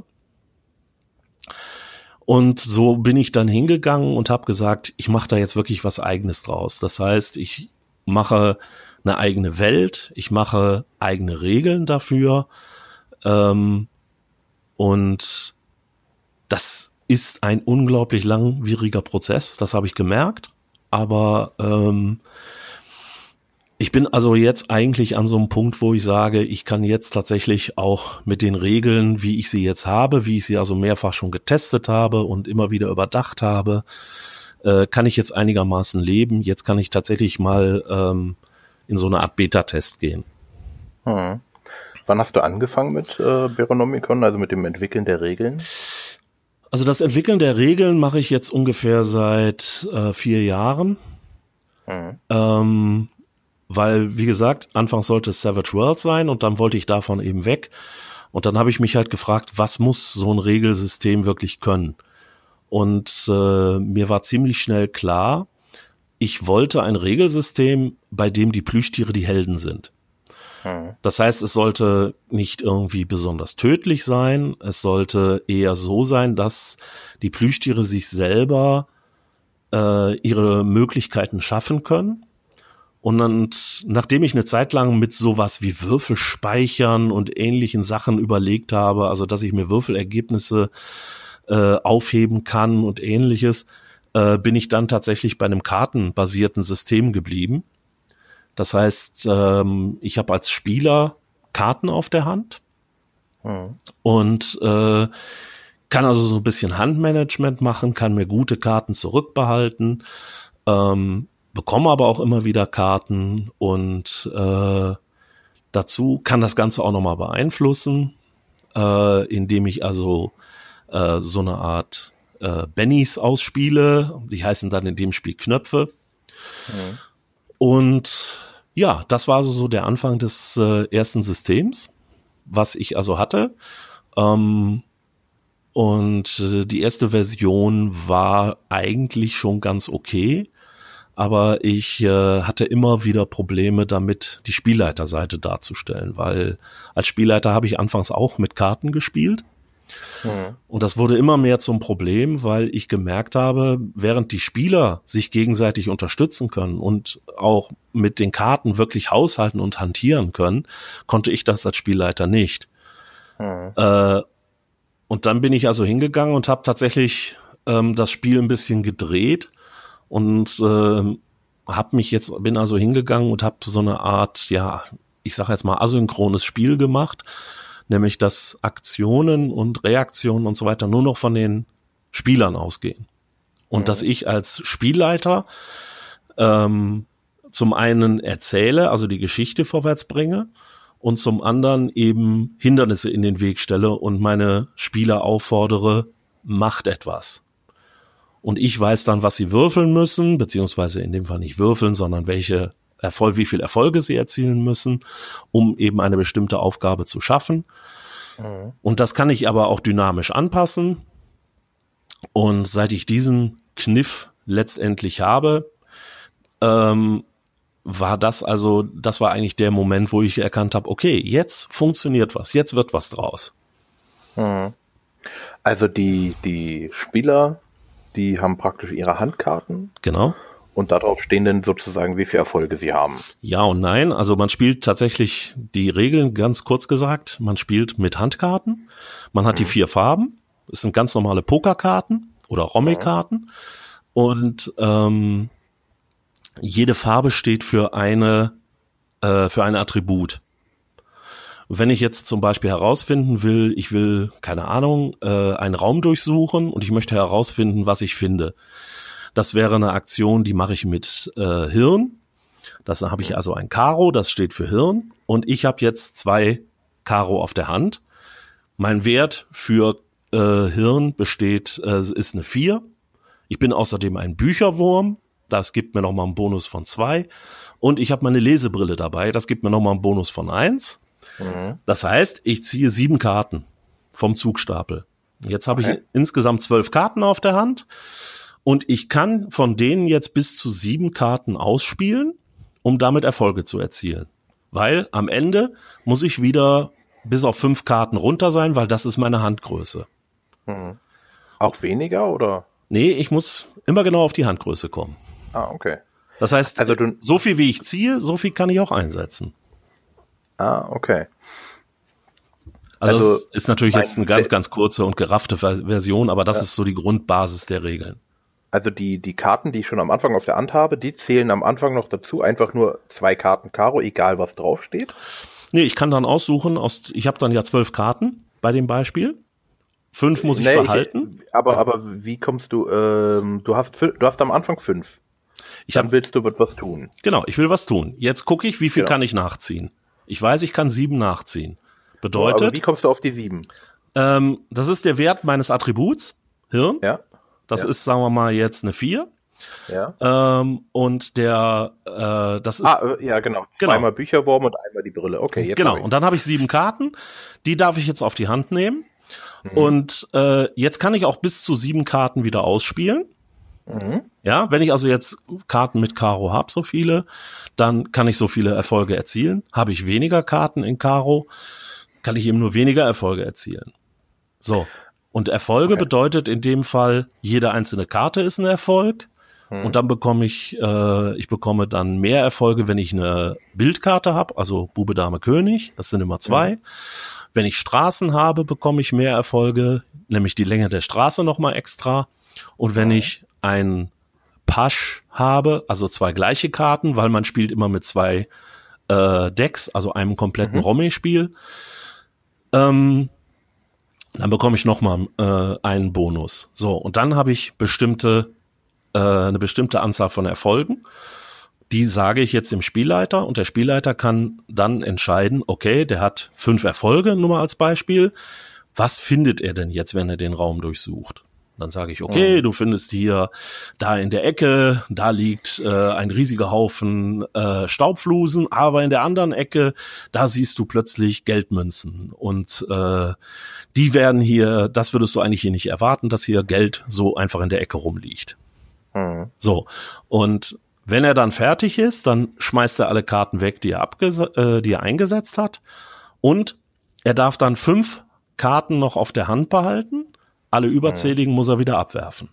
Und so bin ich dann hingegangen und habe gesagt, ich mache da jetzt wirklich was Eigenes draus. Das heißt, ich mache eine eigene Welt, ich mache eigene Regeln dafür. Und das ist ein unglaublich langwieriger Prozess, das habe ich gemerkt. Aber ich bin also jetzt eigentlich an so einem Punkt, wo ich sage, ich kann jetzt tatsächlich auch mit den Regeln, wie ich sie jetzt habe, wie ich sie also mehrfach schon getestet habe und immer wieder überdacht habe, kann ich jetzt einigermaßen leben. Jetzt kann ich tatsächlich mal in so eine Art Beta-Test gehen. Wann hast du angefangen mit Beronomicon, also mit dem Entwickeln der Regeln? Also das Entwickeln der Regeln mache ich jetzt ungefähr seit 4 Jahren. Weil, wie gesagt, anfangs sollte es Savage Worlds sein und dann wollte ich davon eben weg. Und dann habe ich mich halt gefragt, was muss so ein Regelsystem wirklich können? Und mir war ziemlich schnell klar, ich wollte ein Regelsystem, bei dem die Plüschtiere die Helden sind. Das heißt, es sollte nicht irgendwie besonders tödlich sein. Es sollte eher so sein, dass die Plüschtiere sich selber ihre Möglichkeiten schaffen können. Und dann, nachdem ich eine Zeit lang mit sowas wie Würfelspeichern und ähnlichen Sachen überlegt habe, also dass ich mir Würfelergebnisse aufheben kann und ähnliches, bin ich dann tatsächlich bei einem kartenbasierten System geblieben. Das heißt, ich habe als Spieler Karten auf der Hand und kann also so ein bisschen Handmanagement machen, kann mir gute Karten zurückbehalten, bekomme aber auch immer wieder Karten und dazu kann das Ganze auch nochmal beeinflussen. indem ich also so eine Art Bennys ausspiele. Die heißen dann in dem Spiel Knöpfe. Mhm. Und ja, das war also so der Anfang des ersten Systems, was ich also hatte. Und die erste Version war eigentlich schon ganz okay, aber ich hatte immer wieder Probleme damit, die Spielleiterseite darzustellen, weil als Spielleiter habe ich anfangs auch mit Karten gespielt. Und das wurde immer mehr zum Problem, weil ich gemerkt habe, während die Spieler sich gegenseitig unterstützen können und auch mit den Karten wirklich haushalten und hantieren können, konnte ich das als Spielleiter nicht. Und dann bin ich also hingegangen und habe tatsächlich das Spiel ein bisschen gedreht und bin also hingegangen und habe so eine Art, ja, ich sage jetzt mal asynchrones Spiel gemacht, nämlich dass Aktionen und Reaktionen und so weiter nur noch von den Spielern ausgehen. Und dass ich als Spielleiter zum einen erzähle, also die Geschichte vorwärts bringe, und zum anderen eben Hindernisse in den Weg stelle und meine Spieler auffordere, macht etwas. Und ich weiß dann, was sie würfeln müssen, beziehungsweise in dem Fall nicht würfeln, sondern wie viel Erfolge sie erzielen müssen, um eben eine bestimmte Aufgabe zu schaffen. Und das kann ich aber auch dynamisch anpassen. Und seit ich diesen Kniff letztendlich habe, das war eigentlich der Moment, wo ich erkannt habe, okay, jetzt funktioniert was, jetzt wird was draus. Also die Spieler, die haben praktisch ihre Handkarten. Genau. Und darauf stehen dann sozusagen, wie viele Erfolge sie haben. Ja und nein. Also man spielt tatsächlich die Regeln, ganz kurz gesagt, man spielt mit Handkarten. Man hat die 4 Farben. Es sind ganz normale Pokerkarten oder Rommelkarten. Und jede Farbe steht für ein Attribut. Wenn ich jetzt zum Beispiel herausfinden will, ich will, keine Ahnung, einen Raum durchsuchen und ich möchte herausfinden, was ich finde. Das wäre eine Aktion, die mache ich mit Hirn. Das habe ich also ein Karo, das steht für Hirn. Und ich habe jetzt 2 Karo auf der Hand. Mein Wert für Hirn ist eine 4. Ich bin außerdem ein Bücherwurm. Das gibt mir nochmal einen Bonus von 2. Und ich habe meine Lesebrille dabei. Das gibt mir nochmal einen Bonus von 1. Das heißt, ich ziehe 7 Karten vom Zugstapel. Jetzt habe ich insgesamt 12 Karten auf der Hand. Und ich kann von denen jetzt bis zu 7 Karten ausspielen, um damit Erfolge zu erzielen. Weil am Ende muss ich wieder bis auf 5 Karten runter sein, weil das ist meine Handgröße. Auch weniger, oder? Nee, ich muss immer genau auf die Handgröße kommen. Ah, okay. Das heißt, also so viel wie ich ziehe, so viel kann ich auch einsetzen. Ah, okay. Also das ist natürlich jetzt eine ganz, ganz kurze und geraffte Version, aber das ist so die Grundbasis der Regeln. Also die Karten, die ich schon am Anfang auf der Hand habe, die zählen am Anfang noch dazu, einfach nur 2 Karten Karo, egal was draufsteht? Nee, ich kann dann aussuchen, ich habe dann ja 12 Karten bei dem Beispiel. 5 muss ich behalten. Aber wie kommst du, du hast am Anfang 5. Willst du was tun. Genau, ich will was tun. Jetzt gucke ich, wie viel kann ich nachziehen. Ich weiß, ich kann 7 nachziehen. Bedeutet. Aber wie kommst du auf die 7? Das ist der Wert meines Attributs, Hirn. Ja. Das ist, sagen wir mal, jetzt eine 4. Ja. Und das ist. Ja, genau. Zweimal Bücherwurm und einmal die Brille. Okay, jetzt. Genau. Und dann habe ich 7 Karten. Die darf ich jetzt auf die Hand nehmen. Und jetzt kann ich auch bis zu 7 Karten wieder ausspielen. Ja, wenn ich also jetzt Karten mit Karo habe, so viele, dann kann ich so viele Erfolge erzielen. Habe ich weniger Karten in Karo, kann ich eben nur weniger Erfolge erzielen. So. Und Erfolge bedeutet in dem Fall, jede einzelne Karte ist ein Erfolg. Und dann bekomme ich bekomme dann mehr Erfolge, wenn ich eine Bildkarte habe, also Bube, Dame, König, das sind immer 2. Wenn ich Straßen habe, bekomme ich mehr Erfolge, nämlich die Länge der Straße nochmal extra. Und wenn ich ein Pasch habe, also 2 gleiche Karten, weil man spielt immer mit 2 Decks, also einem kompletten Romy-Spiel, dann bekomme ich nochmal einen Bonus. So, und dann habe ich eine bestimmte Anzahl von Erfolgen. Die sage ich jetzt dem Spielleiter und der Spielleiter kann dann entscheiden, okay, der hat 5 Erfolge, nur mal als Beispiel. Was findet er denn jetzt, wenn er den Raum durchsucht? Dann sage ich, okay, du findest hier, da in der Ecke, da liegt ein riesiger Haufen Staubflusen, aber in der anderen Ecke, da siehst du plötzlich Geldmünzen. Und die werden hier, das würdest du eigentlich hier nicht erwarten, dass hier Geld so einfach in der Ecke rumliegt. So, und wenn er dann fertig ist, dann schmeißt er alle Karten weg, die er eingesetzt hat. Und er darf dann 5 Karten noch auf der Hand behalten. Alle überzähligen muss er wieder abwerfen.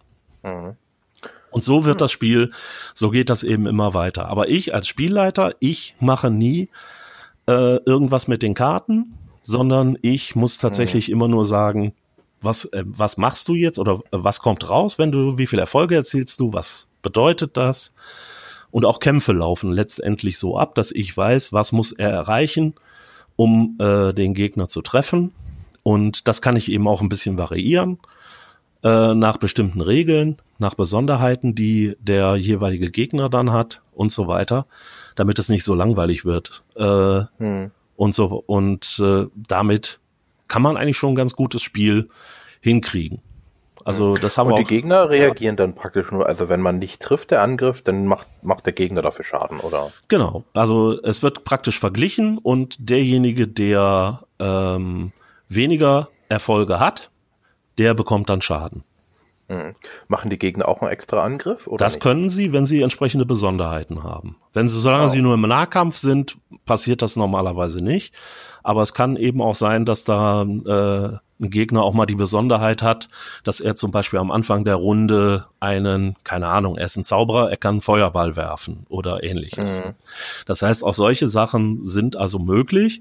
Und so wird das Spiel, so geht das eben immer weiter. Aber ich als Spielleiter, ich mache nie irgendwas mit den Karten, sondern ich muss tatsächlich immer nur sagen, was machst du jetzt oder was kommt raus, wie viele Erfolge erzielst du, was bedeutet das? Und auch Kämpfe laufen letztendlich so ab, dass ich weiß, was muss er erreichen, um den Gegner zu treffen. Und das kann ich eben auch ein bisschen variieren nach bestimmten Regeln, nach Besonderheiten, die der jeweilige Gegner dann hat und so weiter, damit es nicht so langweilig wird. Und so und damit kann man eigentlich schon ein ganz gutes Spiel hinkriegen. Also das haben wir auch. Und die Gegner reagieren dann praktisch nur, also wenn man nicht trifft, der Angriff, dann macht der Gegner dafür Schaden, oder? Genau, also es wird praktisch verglichen und derjenige, der weniger Erfolge hat, der bekommt dann Schaden. Machen die Gegner auch einen extra Angriff? Oder das nicht? können sie, wenn sie entsprechende Besonderheiten haben. Solange sie nur im Nahkampf sind, passiert das normalerweise nicht. Aber es kann eben auch sein, dass da ein Gegner auch mal die Besonderheit hat, dass er zum Beispiel am Anfang der Runde keine Ahnung, er ist ein Zauberer, er kann einen Feuerball werfen oder ähnliches. Das heißt, auch solche Sachen sind also möglich.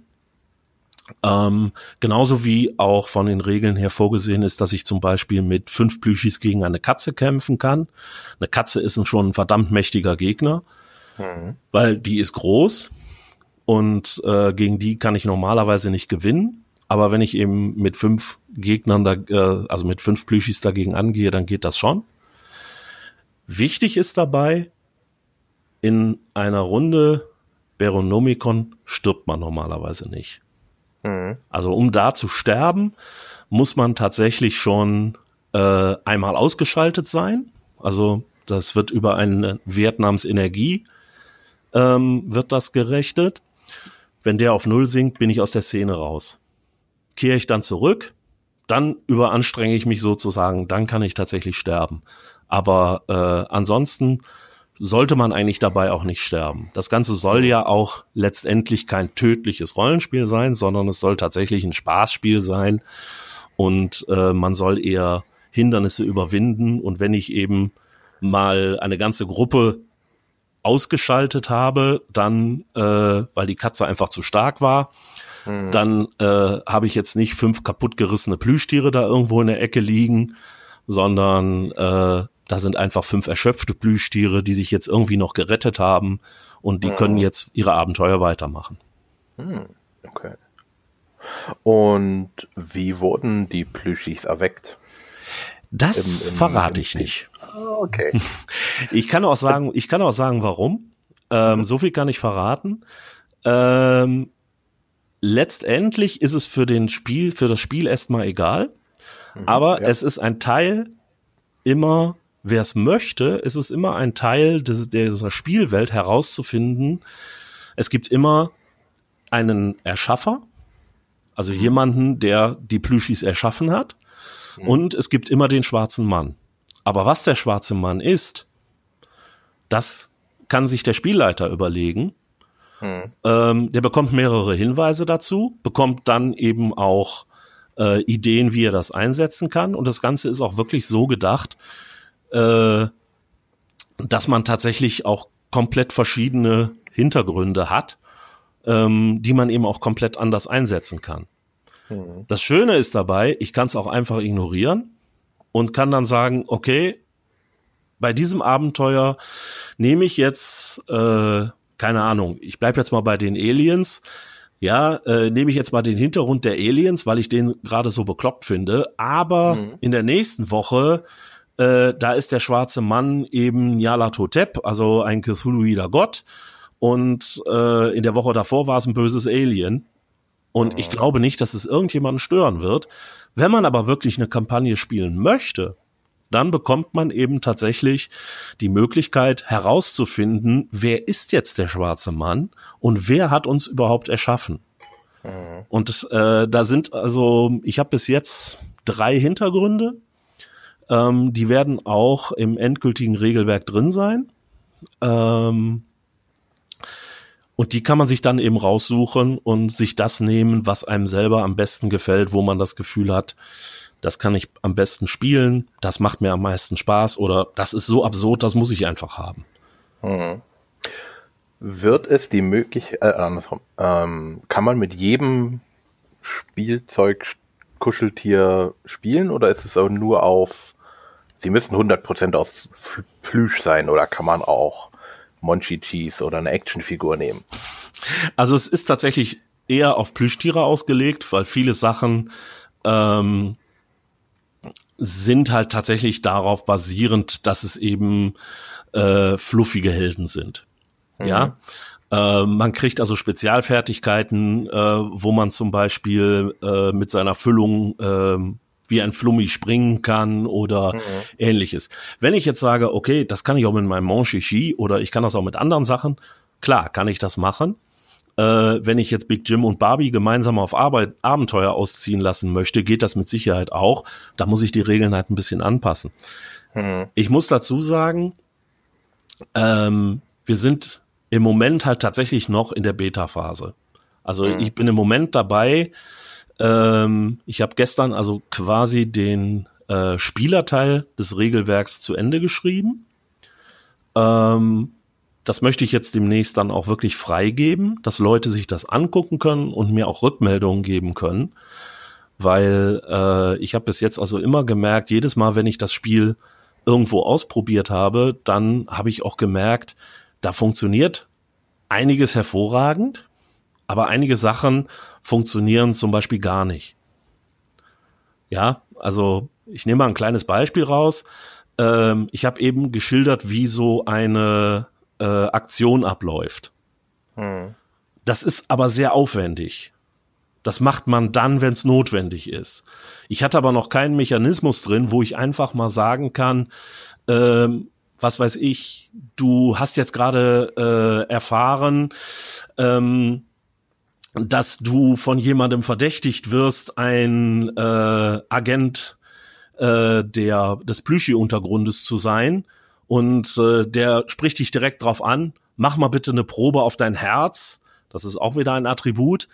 Genauso wie auch von den Regeln her vorgesehen ist, dass ich zum Beispiel mit 5 Plüschis gegen eine Katze kämpfen kann. Eine Katze ist schon ein verdammt mächtiger Gegner, weil die ist groß und gegen die kann ich normalerweise nicht gewinnen. Aber wenn ich eben mit 5 Gegnern, also mit 5 Plüschis dagegen angehe, dann geht das schon. Wichtig ist dabei, in einer Runde Baronomicon stirbt man normalerweise nicht. Also um da zu sterben, muss man tatsächlich schon einmal ausgeschaltet sein. Also das wird über einen Wert namens Energie wird das gerechnet. Wenn der auf 0 sinkt, bin ich aus der Szene raus. Kehre ich dann zurück, dann überanstrenge ich mich sozusagen, dann kann ich tatsächlich sterben. Aber ansonsten sollte man eigentlich dabei auch nicht sterben. Das Ganze soll ja auch letztendlich kein tödliches Rollenspiel sein, sondern es soll tatsächlich ein Spaßspiel sein und man soll eher Hindernisse überwinden. Und wenn ich eben mal eine ganze Gruppe ausgeschaltet habe, dann, weil die Katze einfach zu stark war, dann habe ich jetzt nicht 5 kaputtgerissene Plüschtiere da irgendwo in der Ecke liegen, sondern da sind einfach 5 erschöpfte Plüschtiere, die sich jetzt irgendwie noch gerettet haben und die können jetzt ihre Abenteuer weitermachen. Okay. Und wie wurden die Plüschis erweckt? Das verrate ich nicht. Okay. Ich kann auch sagen, warum. So viel kann ich verraten. Letztendlich ist es für das Spiel erstmal egal. Aber es ist ein Teil immer, wer es möchte, ist es immer ein Teil dieser Spielwelt herauszufinden. Es gibt immer einen Erschaffer, also jemanden, der die Plüschis erschaffen hat. Und es gibt immer den schwarzen Mann. Aber was der schwarze Mann ist, das kann sich der Spielleiter überlegen. Der bekommt mehrere Hinweise dazu, bekommt dann eben auch Ideen, wie er das einsetzen kann. Und das Ganze ist auch wirklich so gedacht, dass man tatsächlich auch komplett verschiedene Hintergründe hat, die man eben auch komplett anders einsetzen kann. Das Schöne ist dabei, ich kann es auch einfach ignorieren und kann dann sagen, okay, bei diesem Abenteuer nehme ich jetzt, keine Ahnung, ich bleibe jetzt mal bei den Aliens, nehme ich jetzt mal den Hintergrund der Aliens, weil ich den gerade so bekloppt finde, aber in der nächsten Woche Da ist der schwarze Mann eben Nyarlathotep, also ein Cthulhuider Gott. Und in der Woche davor war es ein böses Alien. Und ich glaube nicht, dass es irgendjemanden stören wird. Wenn man aber wirklich eine Kampagne spielen möchte, dann bekommt man eben tatsächlich die Möglichkeit herauszufinden, wer ist jetzt der schwarze Mann und wer hat uns überhaupt erschaffen. Und da sind also, ich habe bis jetzt 3 Hintergründe. Die werden auch im endgültigen Regelwerk drin sein. Und die kann man sich dann eben raussuchen und sich das nehmen, was einem selber am besten gefällt, wo man das Gefühl hat, das kann ich am besten spielen, das macht mir am meisten Spaß oder das ist so absurd, das muss ich einfach haben. Wird es die Möglichkeit, kann man mit jedem Spielzeug Kuscheltier spielen oder ist es auch nur auf, sie müssen 100% aus Plüsch sein oder kann man auch Monchi Cheese oder eine Actionfigur nehmen? Also es ist tatsächlich eher auf Plüschtiere ausgelegt, weil viele Sachen sind halt tatsächlich darauf basierend, dass es eben fluffige Helden sind. Ja, man kriegt also Spezialfertigkeiten, wo man zum Beispiel mit seiner Füllung wie ein Flummi springen kann oder ähnliches. Wenn ich jetzt sage, okay, das kann ich auch mit meinem Monchichi oder ich kann das auch mit anderen Sachen, klar, kann ich das machen. Wenn ich jetzt Big Jim und Barbie gemeinsam auf Abenteuer ausziehen lassen möchte, geht das mit Sicherheit auch. Da muss ich die Regeln halt ein bisschen anpassen. Ich muss dazu sagen, wir sind im Moment halt tatsächlich noch in der Beta-Phase. Also ich bin im Moment dabei. Ich habe gestern also quasi den Spielerteil des Regelwerks zu Ende geschrieben. Das möchte ich jetzt demnächst dann auch wirklich freigeben, dass Leute sich das angucken können und mir auch Rückmeldungen geben können. Weil ich habe bis jetzt also immer gemerkt, jedes Mal, wenn ich das Spiel irgendwo ausprobiert habe, dann habe ich auch gemerkt, da funktioniert einiges hervorragend, aber einige Sachen funktionieren zum Beispiel gar nicht. Ja, also ich nehme mal ein kleines Beispiel raus. Ich habe eben geschildert, wie so eine Aktion abläuft. Das ist aber sehr aufwendig. Das macht man dann, wenn es notwendig ist. Ich hatte aber noch keinen Mechanismus drin, wo ich einfach mal sagen kann, was weiß ich, du hast jetzt gerade erfahren, dass du von jemandem verdächtigt wirst, ein Agent des Plüschi-Untergrundes zu sein und der spricht dich direkt drauf an, mach mal bitte eine Probe auf dein Herz, das ist auch wieder ein Attribut,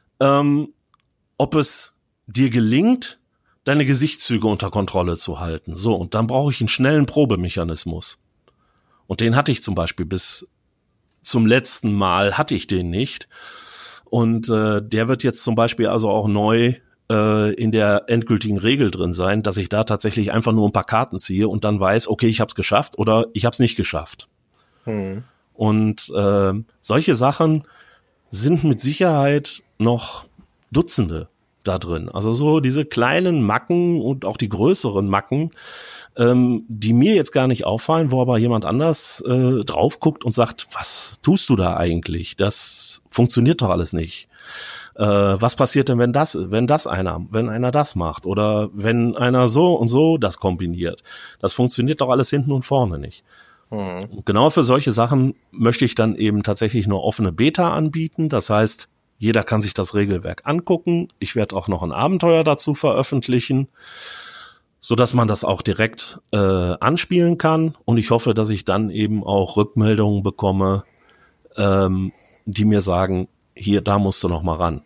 ob es dir gelingt, deine Gesichtszüge unter Kontrolle zu halten. So, und dann brauche ich einen schnellen Probemechanismus. Und den hatte ich zum Beispiel bis zum letzten Mal, hatte ich den nicht. Und der wird jetzt zum Beispiel also auch neu in der endgültigen Regel drin sein, dass ich da tatsächlich einfach nur ein paar Karten ziehe und dann weiß, okay, ich habe es geschafft oder ich habe es nicht geschafft. Und solche Sachen sind mit Sicherheit noch Dutzende da drin. Also so diese kleinen Macken und auch die größeren Macken, die mir jetzt gar nicht auffallen, wo aber jemand anders drauf guckt und sagt, was tust du da eigentlich? Das funktioniert doch alles nicht. Was passiert denn, wenn einer das macht oder wenn einer so und so das kombiniert? Das funktioniert doch alles hinten und vorne nicht. Und genau für solche Sachen möchte ich dann eben tatsächlich nur offene Beta anbieten. Das heißt, jeder kann sich das Regelwerk angucken. Ich werde auch noch ein Abenteuer dazu veröffentlichen, so dass man das auch direkt anspielen kann. Und ich hoffe, dass ich dann eben auch Rückmeldungen bekomme, die mir sagen, hier, da musst du noch mal ran.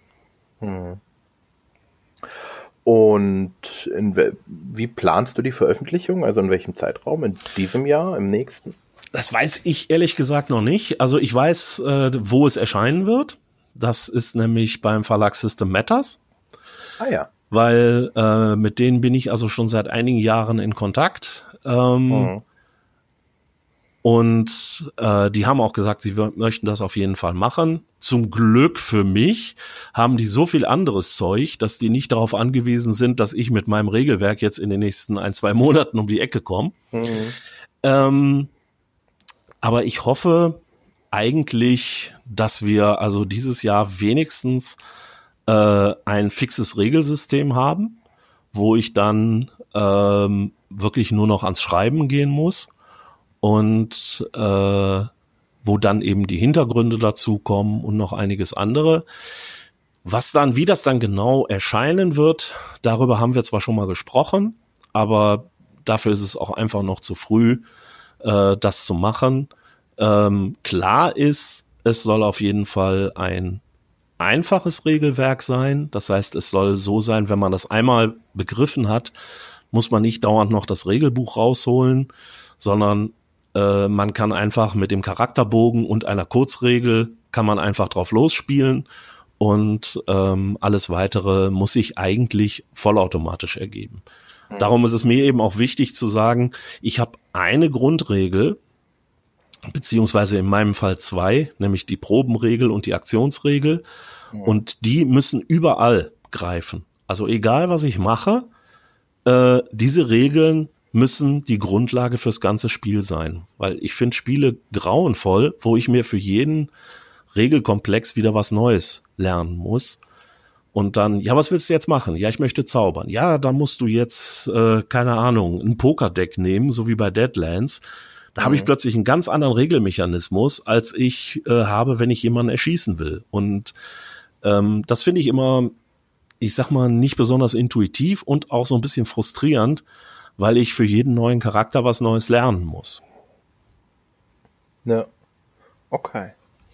Und wie planst du die Veröffentlichung? Also in welchem Zeitraum? In diesem Jahr, im nächsten? Das weiß ich ehrlich gesagt noch nicht. Also ich weiß, wo es erscheinen wird. Das ist nämlich beim Verlag System Matters. Ah ja. Weil mit denen bin ich also schon seit einigen Jahren in Kontakt. Und Und die haben auch gesagt, sie möchten das auf jeden Fall machen. Zum Glück für mich haben die so viel anderes Zeug, dass die nicht darauf angewiesen sind, dass ich mit meinem Regelwerk jetzt in den nächsten 1-2 Monaten um die Ecke komme. Aber ich hoffe eigentlich, dass wir also dieses Jahr wenigstens ein fixes Regelsystem haben, wo ich dann wirklich nur noch ans Schreiben gehen muss und wo dann eben die Hintergründe dazukommen und noch einiges andere. Wie das dann genau erscheinen wird, darüber haben wir zwar schon mal gesprochen, aber dafür ist es auch einfach noch zu früh, das zu machen. Klar ist, es soll auf jeden Fall ein einfaches Regelwerk sein. Das heißt, es soll so sein, wenn man das einmal begriffen hat, muss man nicht dauernd noch das Regelbuch rausholen, sondern man kann einfach mit dem Charakterbogen und einer Kurzregel kann man einfach drauf losspielen und alles Weitere muss sich eigentlich vollautomatisch ergeben. Darum ist es mir eben auch wichtig zu sagen, ich habe eine Grundregel, beziehungsweise in meinem Fall 2, nämlich die Probenregel und die Aktionsregel. Und die müssen überall greifen. Also egal, was ich mache, diese Regeln müssen die Grundlage fürs ganze Spiel sein. Weil ich finde Spiele grauenvoll, wo ich mir für jeden Regelkomplex wieder was Neues lernen muss. Und dann, ja, was willst du jetzt machen? Ja, ich möchte zaubern. Ja, da musst du jetzt, keine Ahnung, ein Pokerdeck nehmen, so wie bei Deadlands. Da habe ich plötzlich einen ganz anderen Regelmechanismus, als ich habe, wenn ich jemanden erschießen will. Und das finde ich immer, ich sag mal, nicht besonders intuitiv und auch so ein bisschen frustrierend, weil ich für jeden neuen Charakter was Neues lernen muss. Ja, okay.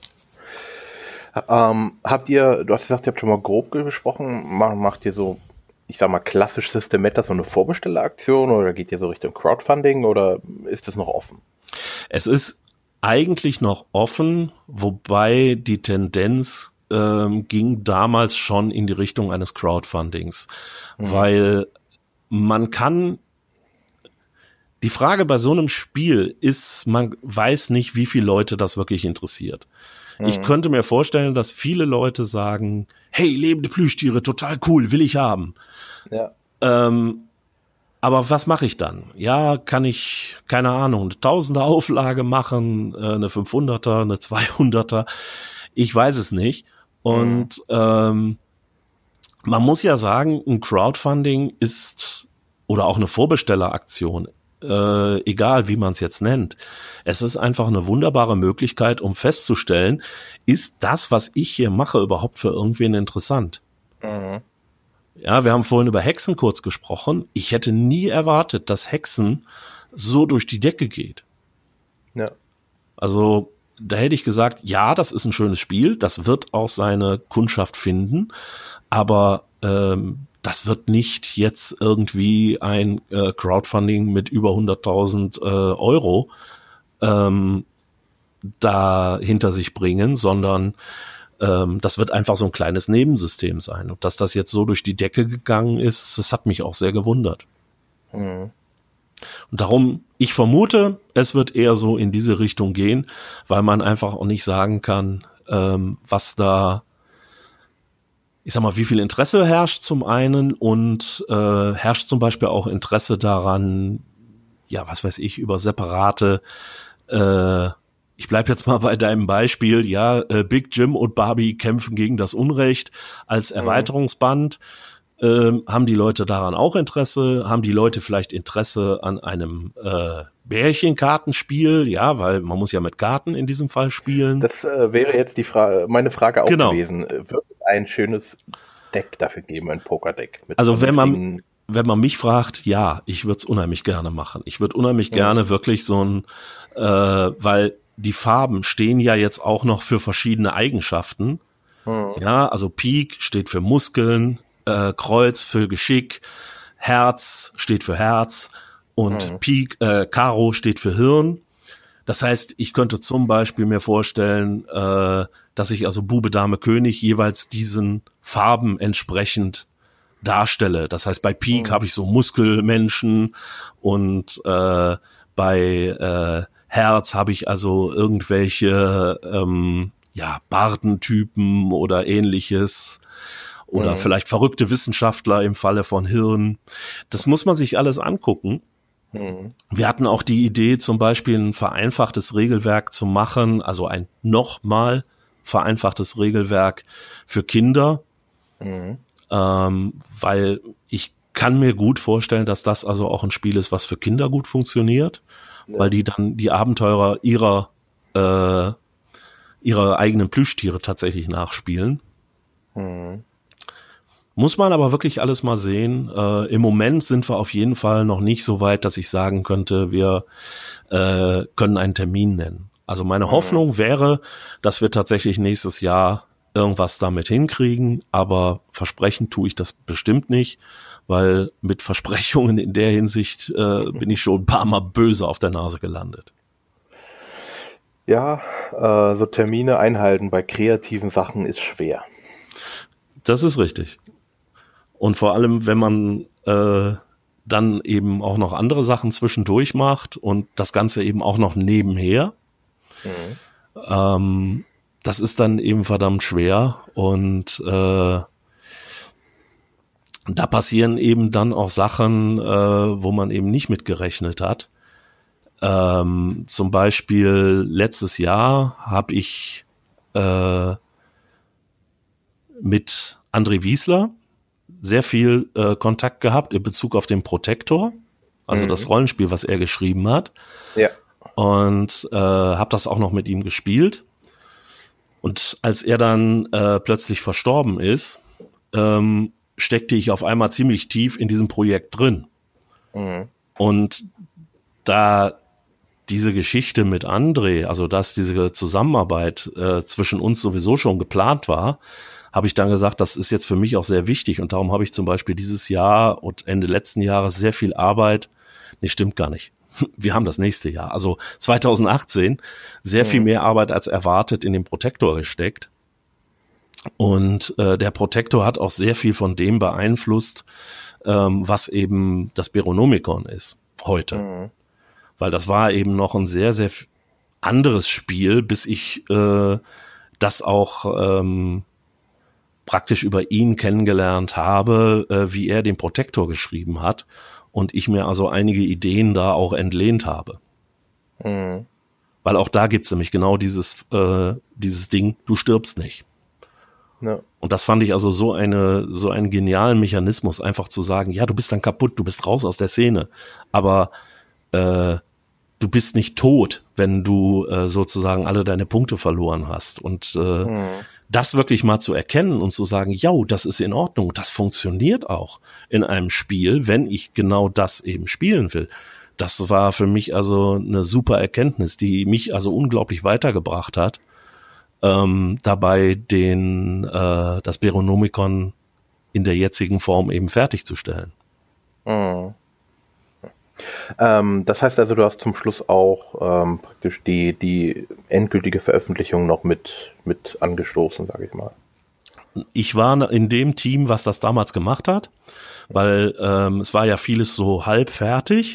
Habt ihr, du hast gesagt, ihr habt schon mal grob gesprochen, macht ihr so, ich sag mal, klassisch Systemetta so eine Vorbestelleraktion oder geht ihr so Richtung Crowdfunding oder ist das noch offen? Es ist eigentlich noch offen, wobei die Tendenz ging damals schon in die Richtung eines Crowdfundings, weil man kann, die Frage bei so einem Spiel ist, man weiß nicht, wie viele Leute das wirklich interessiert. Ich könnte mir vorstellen, dass viele Leute sagen, hey, lebende Plüschtiere, total cool, will ich haben. Ja. Aber was mache ich dann? Ja, kann ich, keine Ahnung, eine 1000er Auflage machen, eine 500er, eine 200er? Ich weiß es nicht. Und man muss ja sagen, ein Crowdfunding ist, oder auch eine Vorbestelleraktion, egal wie man es jetzt nennt, es ist einfach eine wunderbare Möglichkeit, um festzustellen, ist das, was ich hier mache, überhaupt für irgendwen interessant? Ja, wir haben vorhin über Hexen kurz gesprochen. Ich hätte nie erwartet, dass Hexen so durch die Decke geht. Ja. Also da hätte ich gesagt, ja, das ist ein schönes Spiel, das wird auch seine Kundschaft finden, aber das wird nicht jetzt irgendwie ein Crowdfunding mit über 100.000 Euro da hinter sich bringen, sondern das wird einfach so ein kleines Nebensystem sein. Und dass das jetzt so durch die Decke gegangen ist, das hat mich auch sehr gewundert. Und darum, ich vermute, es wird eher so in diese Richtung gehen, weil man einfach auch nicht sagen kann, was da, ich sag mal, wie viel Interesse herrscht zum einen und herrscht zum Beispiel auch Interesse daran, ja, was weiß ich, über separate, ich bleib jetzt mal bei deinem Beispiel, ja, Big Jim und Barbie kämpfen gegen das Unrecht als Erweiterungsband. Haben die Leute daran auch Interesse? Haben die Leute vielleicht Interesse an einem Bärchenkartenspiel? Ja, weil man muss ja mit Karten in diesem Fall spielen. Das wäre jetzt die Frage, meine Frage auch gewesen. Wird es ein schönes Deck dafür geben, ein Pokerdeck? Also wenn man mich fragt, ja, ich würde es unheimlich gerne machen. Ich würde unheimlich gerne wirklich so ein, weil die Farben stehen ja jetzt auch noch für verschiedene Eigenschaften. Ja, also Pik steht für Muskeln, Kreuz für Geschick, Herz steht für Herz und Karo steht für Hirn. Das heißt, ich könnte zum Beispiel mir vorstellen, dass ich also Bube, Dame, König jeweils diesen Farben entsprechend darstelle. Das heißt, bei Pik habe ich so Muskelmenschen und bei Herz habe ich also irgendwelche Bardentypen oder ähnliches oder vielleicht verrückte Wissenschaftler im Falle von Hirn. Das muss man sich alles angucken. Wir hatten auch die Idee, zum Beispiel ein vereinfachtes Regelwerk zu machen, also ein nochmal vereinfachtes Regelwerk für Kinder, weil ich kann mir gut vorstellen, dass das also auch ein Spiel ist, was für Kinder gut funktioniert, weil die dann die Abenteurer ihrer eigenen Plüschtiere tatsächlich nachspielen. Muss man aber wirklich alles mal sehen. Im Moment sind wir auf jeden Fall noch nicht so weit, dass ich sagen könnte, wir können einen Termin nennen. Also meine Hoffnung wäre, dass wir tatsächlich nächstes Jahr irgendwas damit hinkriegen, aber versprechen tue ich das bestimmt nicht, weil mit Versprechungen in der Hinsicht bin ich schon ein paar Mal böse auf der Nase gelandet. Ja, so Termine einhalten bei kreativen Sachen ist schwer. Das ist richtig. Und vor allem, wenn man dann eben auch noch andere Sachen zwischendurch macht und das Ganze eben auch noch nebenher, das ist dann eben verdammt schwer und da passieren eben dann auch Sachen, wo man eben nicht mit gerechnet hat. Zum Beispiel letztes Jahr habe ich mit André Wiesler sehr viel Kontakt gehabt in Bezug auf den Protector, also das Rollenspiel, was er geschrieben hat. Ja. Und habe das auch noch mit ihm gespielt. Und als er dann plötzlich verstorben ist, steckte ich auf einmal ziemlich tief in diesem Projekt drin. Und da diese Geschichte mit André, also dass diese Zusammenarbeit zwischen uns sowieso schon geplant war, habe ich dann gesagt, das ist jetzt für mich auch sehr wichtig. Und darum habe ich zum Beispiel dieses Jahr und Ende letzten Jahres sehr viel Arbeit, nee, stimmt gar nicht. Wir haben das nächste Jahr, also 2018, sehr viel mehr Arbeit als erwartet in den Protector gesteckt. Und der Protector hat auch sehr viel von dem beeinflusst, was eben das Beronomicon ist heute. Weil das war eben noch ein sehr, sehr anderes Spiel, bis ich das auch praktisch über ihn kennengelernt habe, wie er den Protector geschrieben hat. Und ich mir also einige Ideen da auch entlehnt habe. Weil auch da gibt's nämlich genau dieses Ding, du stirbst nicht. Ja. Und das fand ich also so einen genialen Mechanismus, einfach zu sagen, ja, du bist dann kaputt, du bist raus aus der Szene, aber du bist nicht tot, wenn du sozusagen alle deine Punkte verloren hast. Und das wirklich mal zu erkennen und zu sagen, ja, das ist in Ordnung, das funktioniert auch in einem Spiel, wenn ich genau das eben spielen will. Das war für mich also eine super Erkenntnis, die mich also unglaublich weitergebracht hat, dabei das Beronomicon in der jetzigen Form eben fertigzustellen. Das heißt also, du hast zum Schluss auch praktisch die endgültige Veröffentlichung noch mit angestoßen, sage ich mal. Ich war in dem Team, was das damals gemacht hat, weil es war ja vieles so halb fertig.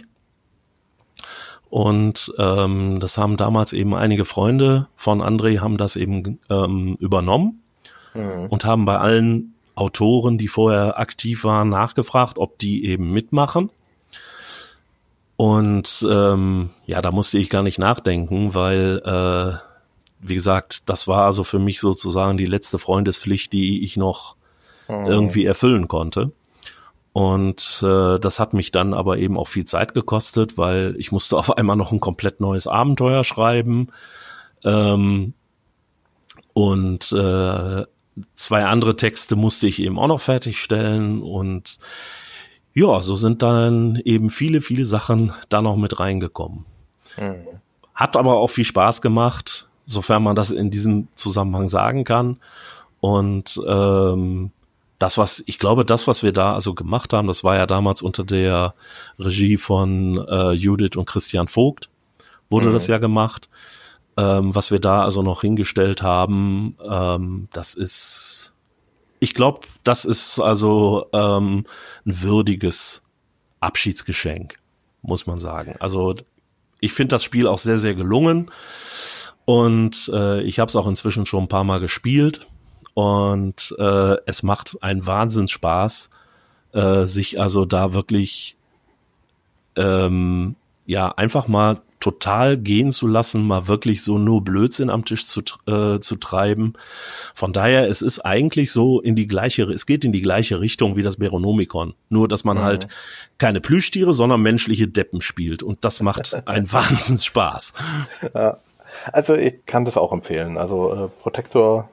Und das haben damals eben einige Freunde von André haben das eben übernommen und haben bei allen Autoren, die vorher aktiv waren, nachgefragt, ob die eben mitmachen. Und da musste ich gar nicht nachdenken, weil, wie gesagt, das war also für mich sozusagen die letzte Freundespflicht, die ich noch irgendwie erfüllen konnte. Und das hat mich dann aber eben auch viel Zeit gekostet, weil ich musste auf einmal noch ein komplett neues Abenteuer schreiben. Und 2 andere Texte musste ich eben auch noch fertigstellen. Und ja, so sind dann eben viele, viele Sachen da noch mit reingekommen. Hat aber auch viel Spaß gemacht, sofern man das in diesem Zusammenhang sagen kann. Und das, was wir da also gemacht haben, das war ja damals unter der Regie von Judith und Christian Vogt, wurde das ja gemacht. Was wir da also noch hingestellt haben, ich glaube, das ist also ein würdiges Abschiedsgeschenk, muss man sagen. Also ich finde das Spiel auch sehr, sehr gelungen. Und ich habe es auch inzwischen schon ein paar Mal gespielt. Und es macht einen Wahnsinnsspaß, sich also da wirklich einfach mal total gehen zu lassen, mal wirklich so nur Blödsinn am Tisch zu treiben. Von daher, es ist eigentlich so es geht in die gleiche Richtung wie das Beronomicon. Nur, dass man halt keine Plüschtiere, sondern menschliche Deppen spielt. Und das macht einen Wahnsinnsspaß. Ja. Also ich kann das auch empfehlen. Also Protector,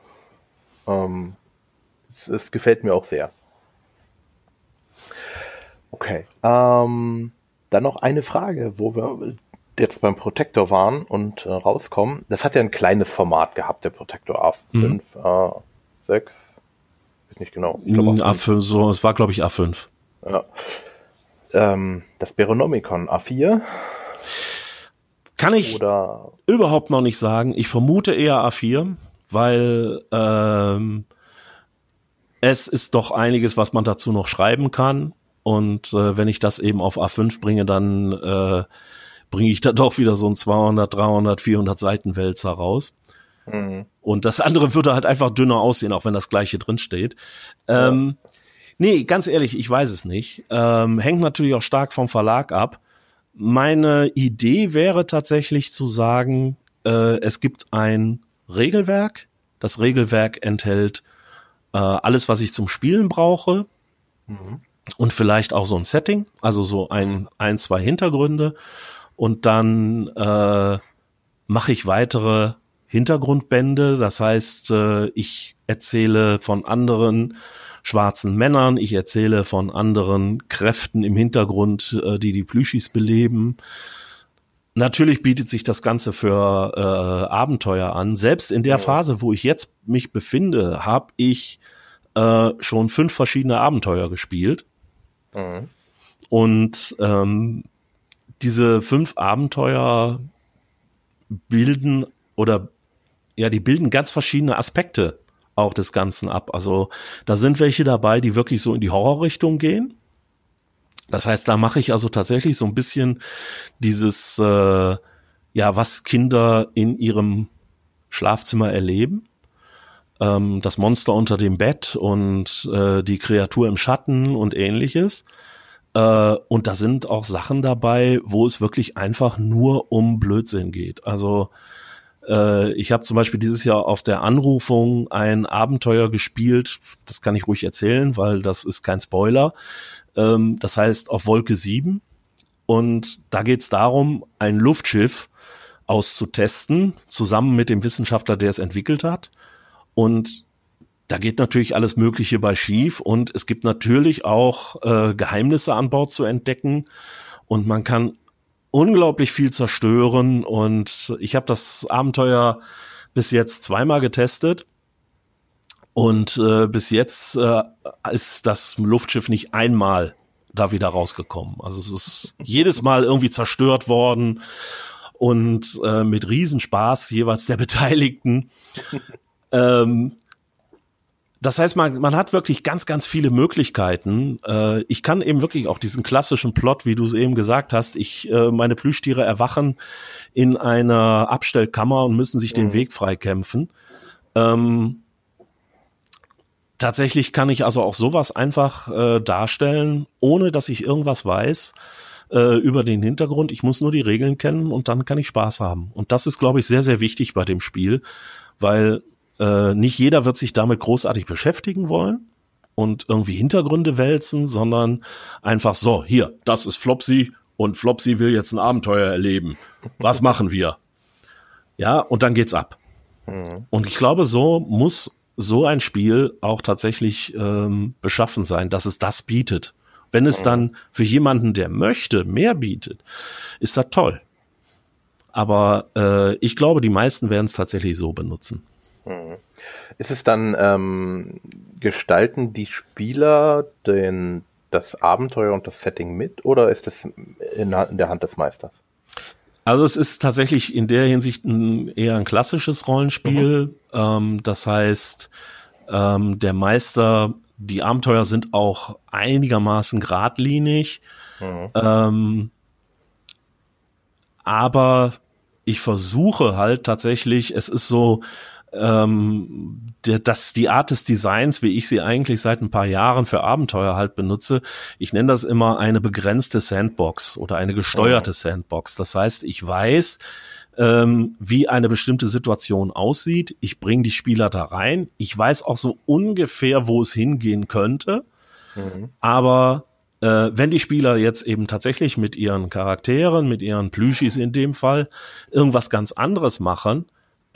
es gefällt mir auch sehr. Okay. Dann noch eine Frage, wo wir jetzt beim Protector waren und rauskommen. Das hat ja ein kleines Format gehabt, der Protector A5, A6, weiß nicht genau. Ich glaub, A5, so, es war glaube ich A5. Ja. Das Beronomicon A4. Kann ich überhaupt noch nicht sagen. Ich vermute eher A4, weil es ist doch einiges, was man dazu noch schreiben kann. Und wenn ich das eben auf A5 bringe, dann bringe ich da doch wieder so ein 200, 300, 400 Seitenwälzer raus. Mhm. Und das andere würde halt einfach dünner aussehen, auch wenn das Gleiche drin steht. Nee, ganz ehrlich, ich weiß es nicht. Hängt natürlich auch stark vom Verlag ab. Meine Idee wäre tatsächlich zu sagen, es gibt ein Regelwerk. Das Regelwerk enthält alles, was ich zum Spielen brauche. Mhm. Und vielleicht auch so ein Setting, also so ein, zwei Hintergründe. Und dann mache ich weitere Hintergrundbände. Das heißt, ich erzähle von anderen schwarzen Männern, ich erzähle von anderen Kräften im Hintergrund, die Plüschis beleben. Natürlich bietet sich das Ganze für Abenteuer an. Selbst in der Phase, wo ich jetzt mich befinde, habe ich schon 5 verschiedene Abenteuer gespielt. Mhm. Und diese 5 Abenteuer bilden die bilden ganz verschiedene Aspekte auch des Ganzen ab. Also da sind welche dabei, die wirklich so in die Horrorrichtung gehen. Das heißt, da mache ich also tatsächlich so ein bisschen dieses, was Kinder in ihrem Schlafzimmer erleben. Das Monster unter dem Bett und die Kreatur im Schatten und ähnliches. Und da sind auch Sachen dabei, wo es wirklich einfach nur um Blödsinn geht. Also ich habe zum Beispiel dieses Jahr auf der Anrufung ein Abenteuer gespielt, das kann ich ruhig erzählen, weil das ist kein Spoiler. Das heißt auf Wolke 7 und da geht es darum, ein Luftschiff auszutesten, zusammen mit dem Wissenschaftler, der es entwickelt hat. Und da geht natürlich alles Mögliche bei schief und es gibt natürlich auch Geheimnisse an Bord zu entdecken und man kann unglaublich viel zerstören und ich habe das Abenteuer bis jetzt 2-mal getestet und bis jetzt ist das Luftschiff nicht einmal da wieder rausgekommen. Also es ist jedes Mal irgendwie zerstört worden und mit Riesenspaß jeweils der Beteiligten. Das heißt, man hat wirklich ganz, ganz viele Möglichkeiten. Ich kann eben wirklich auch diesen klassischen Plot, wie du es eben gesagt hast, meine Plüschtiere erwachen in einer Abstellkammer und müssen sich den Weg freikämpfen. Tatsächlich kann ich also auch sowas einfach darstellen, ohne dass ich irgendwas weiß über den Hintergrund. Ich muss nur die Regeln kennen und dann kann ich Spaß haben. Und das ist, glaube ich, sehr, sehr wichtig bei dem Spiel, weil nicht jeder wird sich damit großartig beschäftigen wollen und irgendwie Hintergründe wälzen, sondern einfach so, hier, das ist Flopsy und Flopsy will jetzt ein Abenteuer erleben. Was machen wir? Ja, und dann geht's ab. Mhm. Und ich glaube, so muss so ein Spiel auch tatsächlich beschaffen sein, dass es das bietet. Wenn es dann für jemanden, der möchte, mehr bietet, ist das toll. Aber ich glaube, die meisten werden es tatsächlich so benutzen. Ist es dann, gestalten die Spieler das Abenteuer und das Setting mit oder ist es in der Hand des Meisters? Also es ist tatsächlich in der Hinsicht eher ein klassisches Rollenspiel. Das heißt, der Meister, die Abenteuer sind auch einigermaßen geradlinig. Aber ich versuche halt tatsächlich, es ist so, dass die Art des Designs, wie ich sie eigentlich seit ein paar Jahren für Abenteuer halt benutze, ich nenne das immer eine begrenzte Sandbox oder eine gesteuerte Sandbox. Das heißt, ich weiß, wie eine bestimmte Situation aussieht. Ich bringe die Spieler da rein. Ich weiß auch so ungefähr, wo es hingehen könnte. Aber wenn die Spieler jetzt eben tatsächlich mit ihren Charakteren, mit ihren Plüschis in dem Fall, irgendwas ganz anderes machen,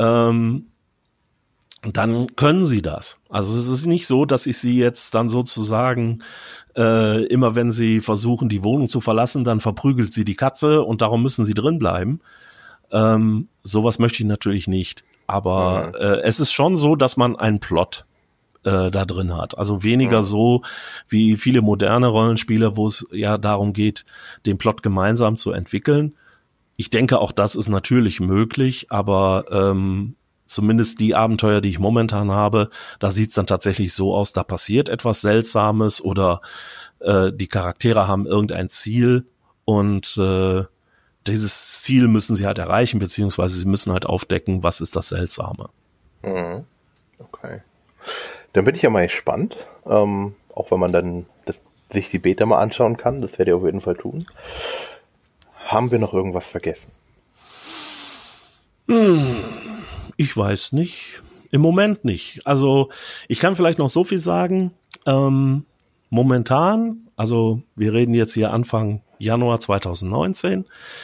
dann können sie das. Also es ist nicht so, dass ich sie jetzt dann sozusagen immer wenn sie versuchen, die Wohnung zu verlassen, dann verprügelt sie die Katze und darum müssen sie drin bleiben. Sowas möchte ich natürlich nicht. Aber es ist schon so, dass man einen Plot da drin hat. Also weniger so wie viele moderne Rollenspiele, wo es ja darum geht, den Plot gemeinsam zu entwickeln. Ich denke, auch das ist natürlich möglich, aber zumindest die Abenteuer, die ich momentan habe, da sieht's dann tatsächlich so aus, da passiert etwas Seltsames oder die Charaktere haben irgendein Ziel und dieses Ziel müssen sie halt erreichen, beziehungsweise sie müssen halt aufdecken, was ist das Seltsame. Okay. Dann bin ich ja mal gespannt, auch wenn man dann sich die Beta mal anschauen kann, das werde ich auf jeden Fall tun. Haben wir noch irgendwas vergessen? Ich weiß nicht. Im Moment nicht. Also ich kann vielleicht noch so viel sagen. Momentan, also wir reden jetzt hier Anfang Januar 2019.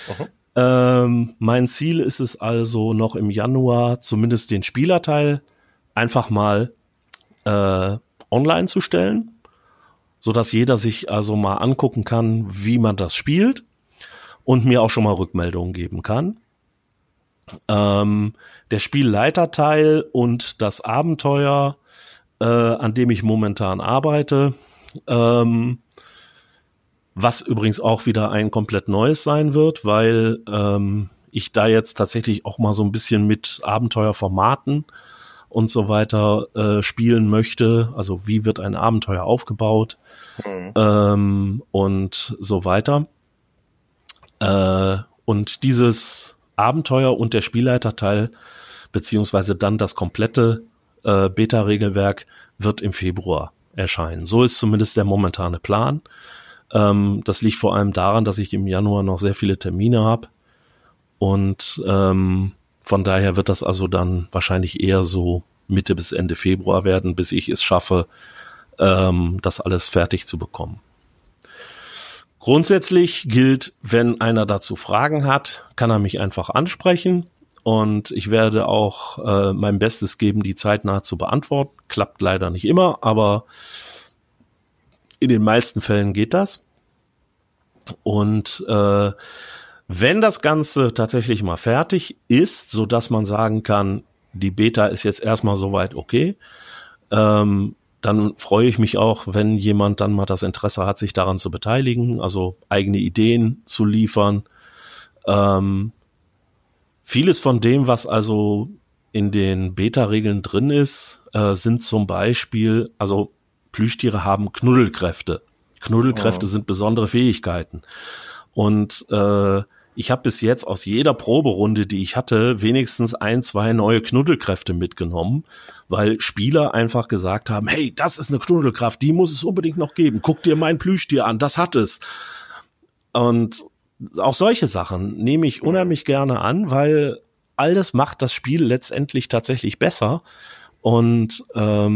Mein Ziel ist es also noch im Januar zumindest den Spielerteil einfach mal online zu stellen, sodass jeder sich also mal angucken kann, wie man das spielt und mir auch schon mal Rückmeldungen geben kann. Der Spielleiterteil und das Abenteuer, an dem ich momentan arbeite, was übrigens auch wieder ein komplett neues sein wird, weil ich da jetzt tatsächlich auch mal so ein bisschen mit Abenteuerformaten und so weiter spielen möchte. Also wie wird ein Abenteuer aufgebaut und so weiter. Und dieses Abenteuer und der Spielleiterteil beziehungsweise dann das komplette Beta-Regelwerk wird im Februar erscheinen. So ist zumindest der momentane Plan. Das liegt vor allem daran, dass ich im Januar noch sehr viele Termine habe und von daher wird das also dann wahrscheinlich eher so Mitte bis Ende Februar werden, bis ich es schaffe, das alles fertig zu bekommen. Grundsätzlich gilt, wenn einer dazu Fragen hat, kann er mich einfach ansprechen und ich werde auch mein Bestes geben, die zeitnah zu beantworten. Klappt leider nicht immer, aber in den meisten Fällen geht das. Und wenn das Ganze tatsächlich mal fertig ist, so dass man sagen kann, die Beta ist jetzt erstmal soweit okay, dann freue ich mich auch, wenn jemand dann mal das Interesse hat, sich daran zu beteiligen, also eigene Ideen zu liefern. Vieles von dem, was also in den Beta-Regeln drin ist, sind zum Beispiel, also Plüschtiere haben Knuddelkräfte. Knuddelkräfte sind besondere Fähigkeiten. Und ich habe bis jetzt aus jeder Proberunde, die ich hatte, wenigstens 1, 2 neue Knuddelkräfte mitgenommen, weil Spieler einfach gesagt haben, hey, das ist eine Knuddelkraft, die muss es unbedingt noch geben. Guck dir mein Plüschtier an, das hat es. Und auch solche Sachen nehme ich unheimlich gerne an, weil all das macht das Spiel letztendlich tatsächlich besser. Und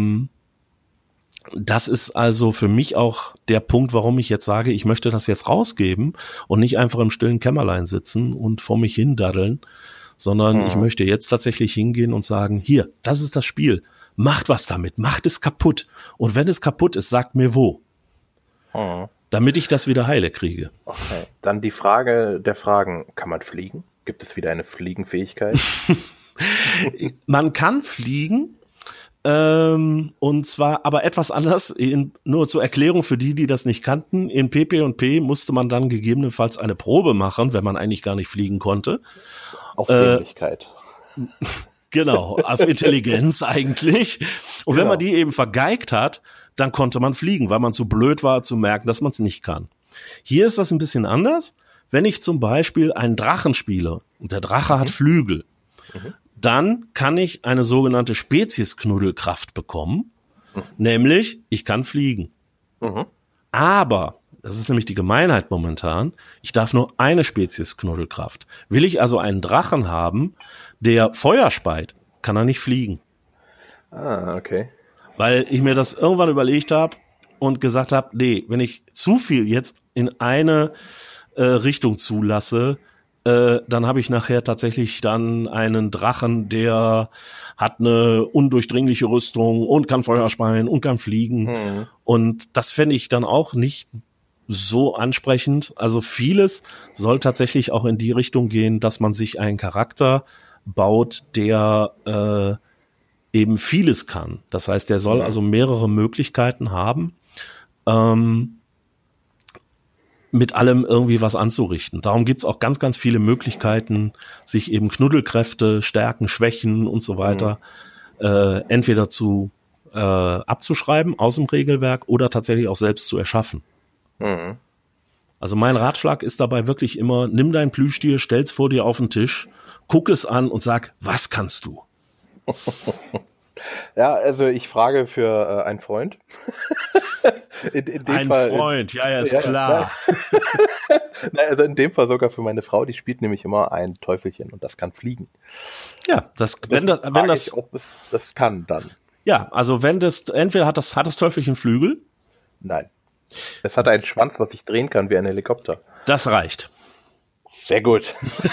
das ist also für mich auch der Punkt, warum ich jetzt sage, ich möchte das jetzt rausgeben und nicht einfach im stillen Kämmerlein sitzen und vor mich hin daddeln, sondern ich möchte jetzt tatsächlich hingehen und sagen, hier, das ist das Spiel, macht was damit, macht es kaputt und wenn es kaputt ist, sagt mir wo, damit ich das wieder heile kriege. Okay, dann die Frage der Fragen, kann man fliegen? Gibt es wieder eine Fliegenfähigkeit? Man kann fliegen, und zwar aber etwas anders, nur zur Erklärung für die das nicht kannten. In PP&P musste man dann gegebenenfalls eine Probe machen, wenn man eigentlich gar nicht fliegen konnte. Auf Dämlichkeit. Genau, auf Intelligenz eigentlich. Und wenn man die eben vergeigt hat, dann konnte man fliegen, weil man zu blöd war zu merken, dass man es nicht kann. Hier ist das ein bisschen anders. wenn ich zum Beispiel einen Drachen spiele und der Drache hat Flügel, dann kann ich eine sogenannte Speziesknuddelkraft bekommen, nämlich ich kann fliegen. Aber, das ist nämlich die Gemeinheit momentan, ich darf nur eine Speziesknuddelkraft. Will ich also einen Drachen haben, der Feuer speit, kann er nicht fliegen. Ah, okay. Weil ich mir das irgendwann überlegt habe und gesagt habe, nee, wenn ich zu viel jetzt in eine Richtung zulasse, dann habe ich nachher tatsächlich dann einen Drachen, der hat eine undurchdringliche Rüstung und kann Feuer speien und kann fliegen. Und das fände ich dann auch nicht so ansprechend. Also vieles soll tatsächlich auch in die Richtung gehen, dass man sich einen Charakter baut, der eben vieles kann. Das heißt, der soll also mehrere Möglichkeiten haben, mit allem irgendwie was anzurichten. Darum gibt's auch ganz, ganz viele Möglichkeiten, sich eben Knuddelkräfte, Stärken, Schwächen und so weiter entweder zu abzuschreiben aus dem Regelwerk oder tatsächlich auch selbst zu erschaffen. Also mein Ratschlag ist dabei wirklich immer, nimm dein Plüschtier, stell's vor dir auf den Tisch, guck es an und sag, was kannst du? Ja, also ich frage für einen Freund. in dem ein Fall, Freund, ja, ist klar. Also in dem Fall sogar für meine Frau, die spielt nämlich immer ein Teufelchen und das kann fliegen. Ja, wenn das kann dann. Ja, also wenn das, entweder hat das Teufelchen Flügel? Nein. Es hat einen Schwanz, was sich drehen kann wie ein Helikopter. Das reicht. Sehr gut.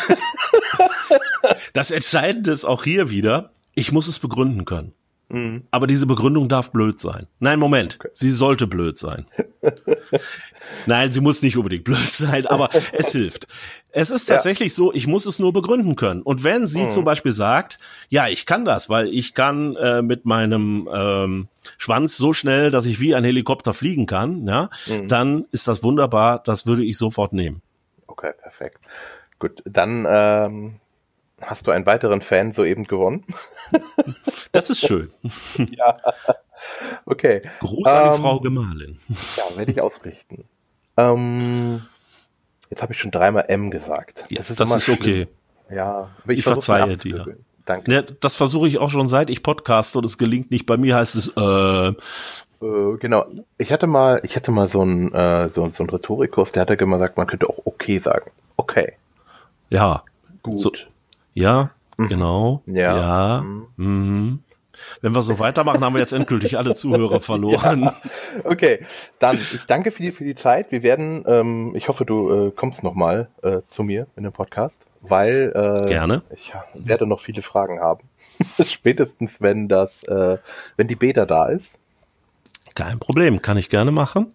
Das Entscheidende ist auch hier wieder, ich muss es begründen können. Aber diese Begründung darf blöd sein. Nein, Moment, sie sollte blöd sein. Nein, sie muss nicht unbedingt blöd sein, aber es hilft. Es ist tatsächlich so, ich muss es nur begründen können. Und wenn sie zum Beispiel sagt, ja, ich kann das, weil ich kann mit meinem Schwanz so schnell, dass ich wie ein Helikopter fliegen kann, ja, dann ist das wunderbar, das würde ich sofort nehmen. Okay, perfekt. Gut, dann hast du einen weiteren Fan soeben gewonnen. Das ist schön. Ja, okay. Gruß an die Frau Gemahlin. Ja, werde ich ausrichten. Jetzt habe ich schon 3-mal M gesagt. Das ist okay. Ja, aber ich verzeihe dir. Danke. Ja, das versuche ich auch schon seit ich podcaste und es gelingt nicht. Bei mir heißt es genau. Ich hatte mal so einen Rhetorikkurs, der hat gesagt, man könnte auch okay sagen. Okay. Ja. Gut. So, ja, genau. Ja. Wenn wir so weitermachen, haben wir jetzt endgültig alle Zuhörer verloren. Ja. Okay, dann ich danke für die Zeit. Wir werden, ich hoffe, du kommst nochmal zu mir in den Podcast, weil gerne. Ich werde noch viele Fragen haben. Spätestens, wenn die Beta da ist. Kein Problem, kann ich gerne machen.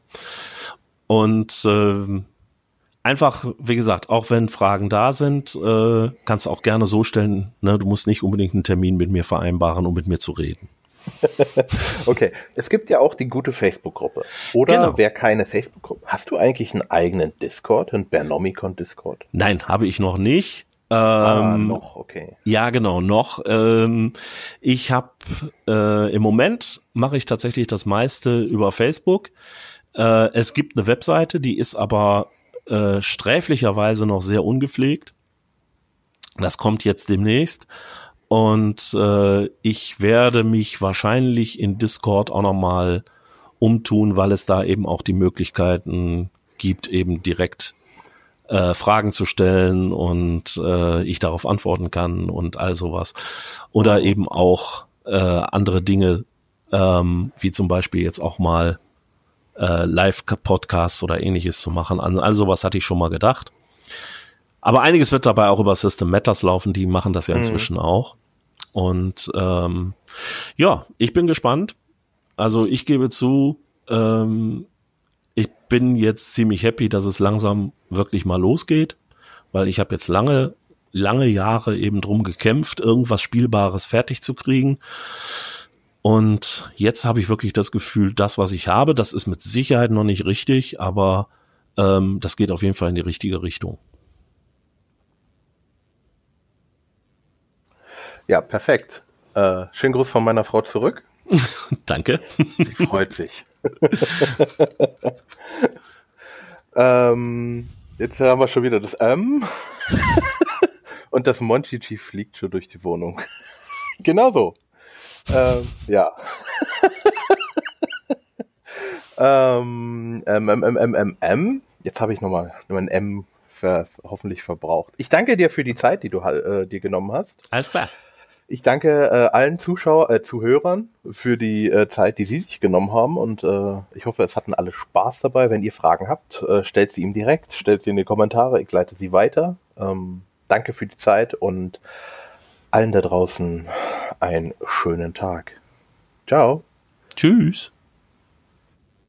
Und einfach, wie gesagt, auch wenn Fragen da sind, kannst du auch gerne so stellen, ne, du musst nicht unbedingt einen Termin mit mir vereinbaren, um mit mir zu reden. Okay, es gibt ja auch die gute Facebook-Gruppe. Oder wer keine Facebook-Gruppe, hast du eigentlich einen eigenen Discord, einen Bernomicon-Discord? Nein, habe ich noch nicht. Noch, okay. Ja, genau, noch. Ich habe im Moment mache ich tatsächlich das meiste über Facebook. Es gibt eine Webseite, die ist aber sträflicherweise noch sehr ungepflegt. Das kommt jetzt demnächst. Und ich werde mich wahrscheinlich in Discord auch nochmal umtun, weil es da eben auch die Möglichkeiten gibt, eben direkt Fragen zu stellen und ich darauf antworten kann und all sowas. Oder eben auch andere Dinge, wie zum Beispiel jetzt auch mal Live-Podcasts oder ähnliches zu machen. An all sowas hatte ich schon mal gedacht. Aber einiges wird dabei auch über System Matters laufen, die machen das ja inzwischen auch. Und ja, ich bin gespannt. Also ich gebe zu, ich bin jetzt ziemlich happy, dass es langsam wirklich mal losgeht, weil ich habe jetzt lange Jahre eben drum gekämpft, irgendwas Spielbares fertig zu kriegen. Und jetzt habe ich wirklich das Gefühl, das, was ich habe, das ist mit Sicherheit noch nicht richtig, aber das geht auf jeden Fall in die richtige Richtung. Ja, perfekt. Schönen Gruß von meiner Frau zurück. Danke. Sie freut sich. Jetzt haben wir schon wieder das und das Monchichi fliegt schon durch die Wohnung. Genau so. Ja. Jetzt habe ich nochmal ein M hoffentlich verbraucht. Ich danke dir für die Zeit, die du dir genommen hast. Alles klar. Ich danke allen Zuhörern für die Zeit, die sie sich genommen haben und ich hoffe, es hatten alle Spaß dabei. Wenn ihr Fragen habt, stellt sie ihm direkt, stellt sie in die Kommentare, ich leite sie weiter. Danke für die Zeit und allen da draußen einen schönen Tag. Ciao. Tschüss.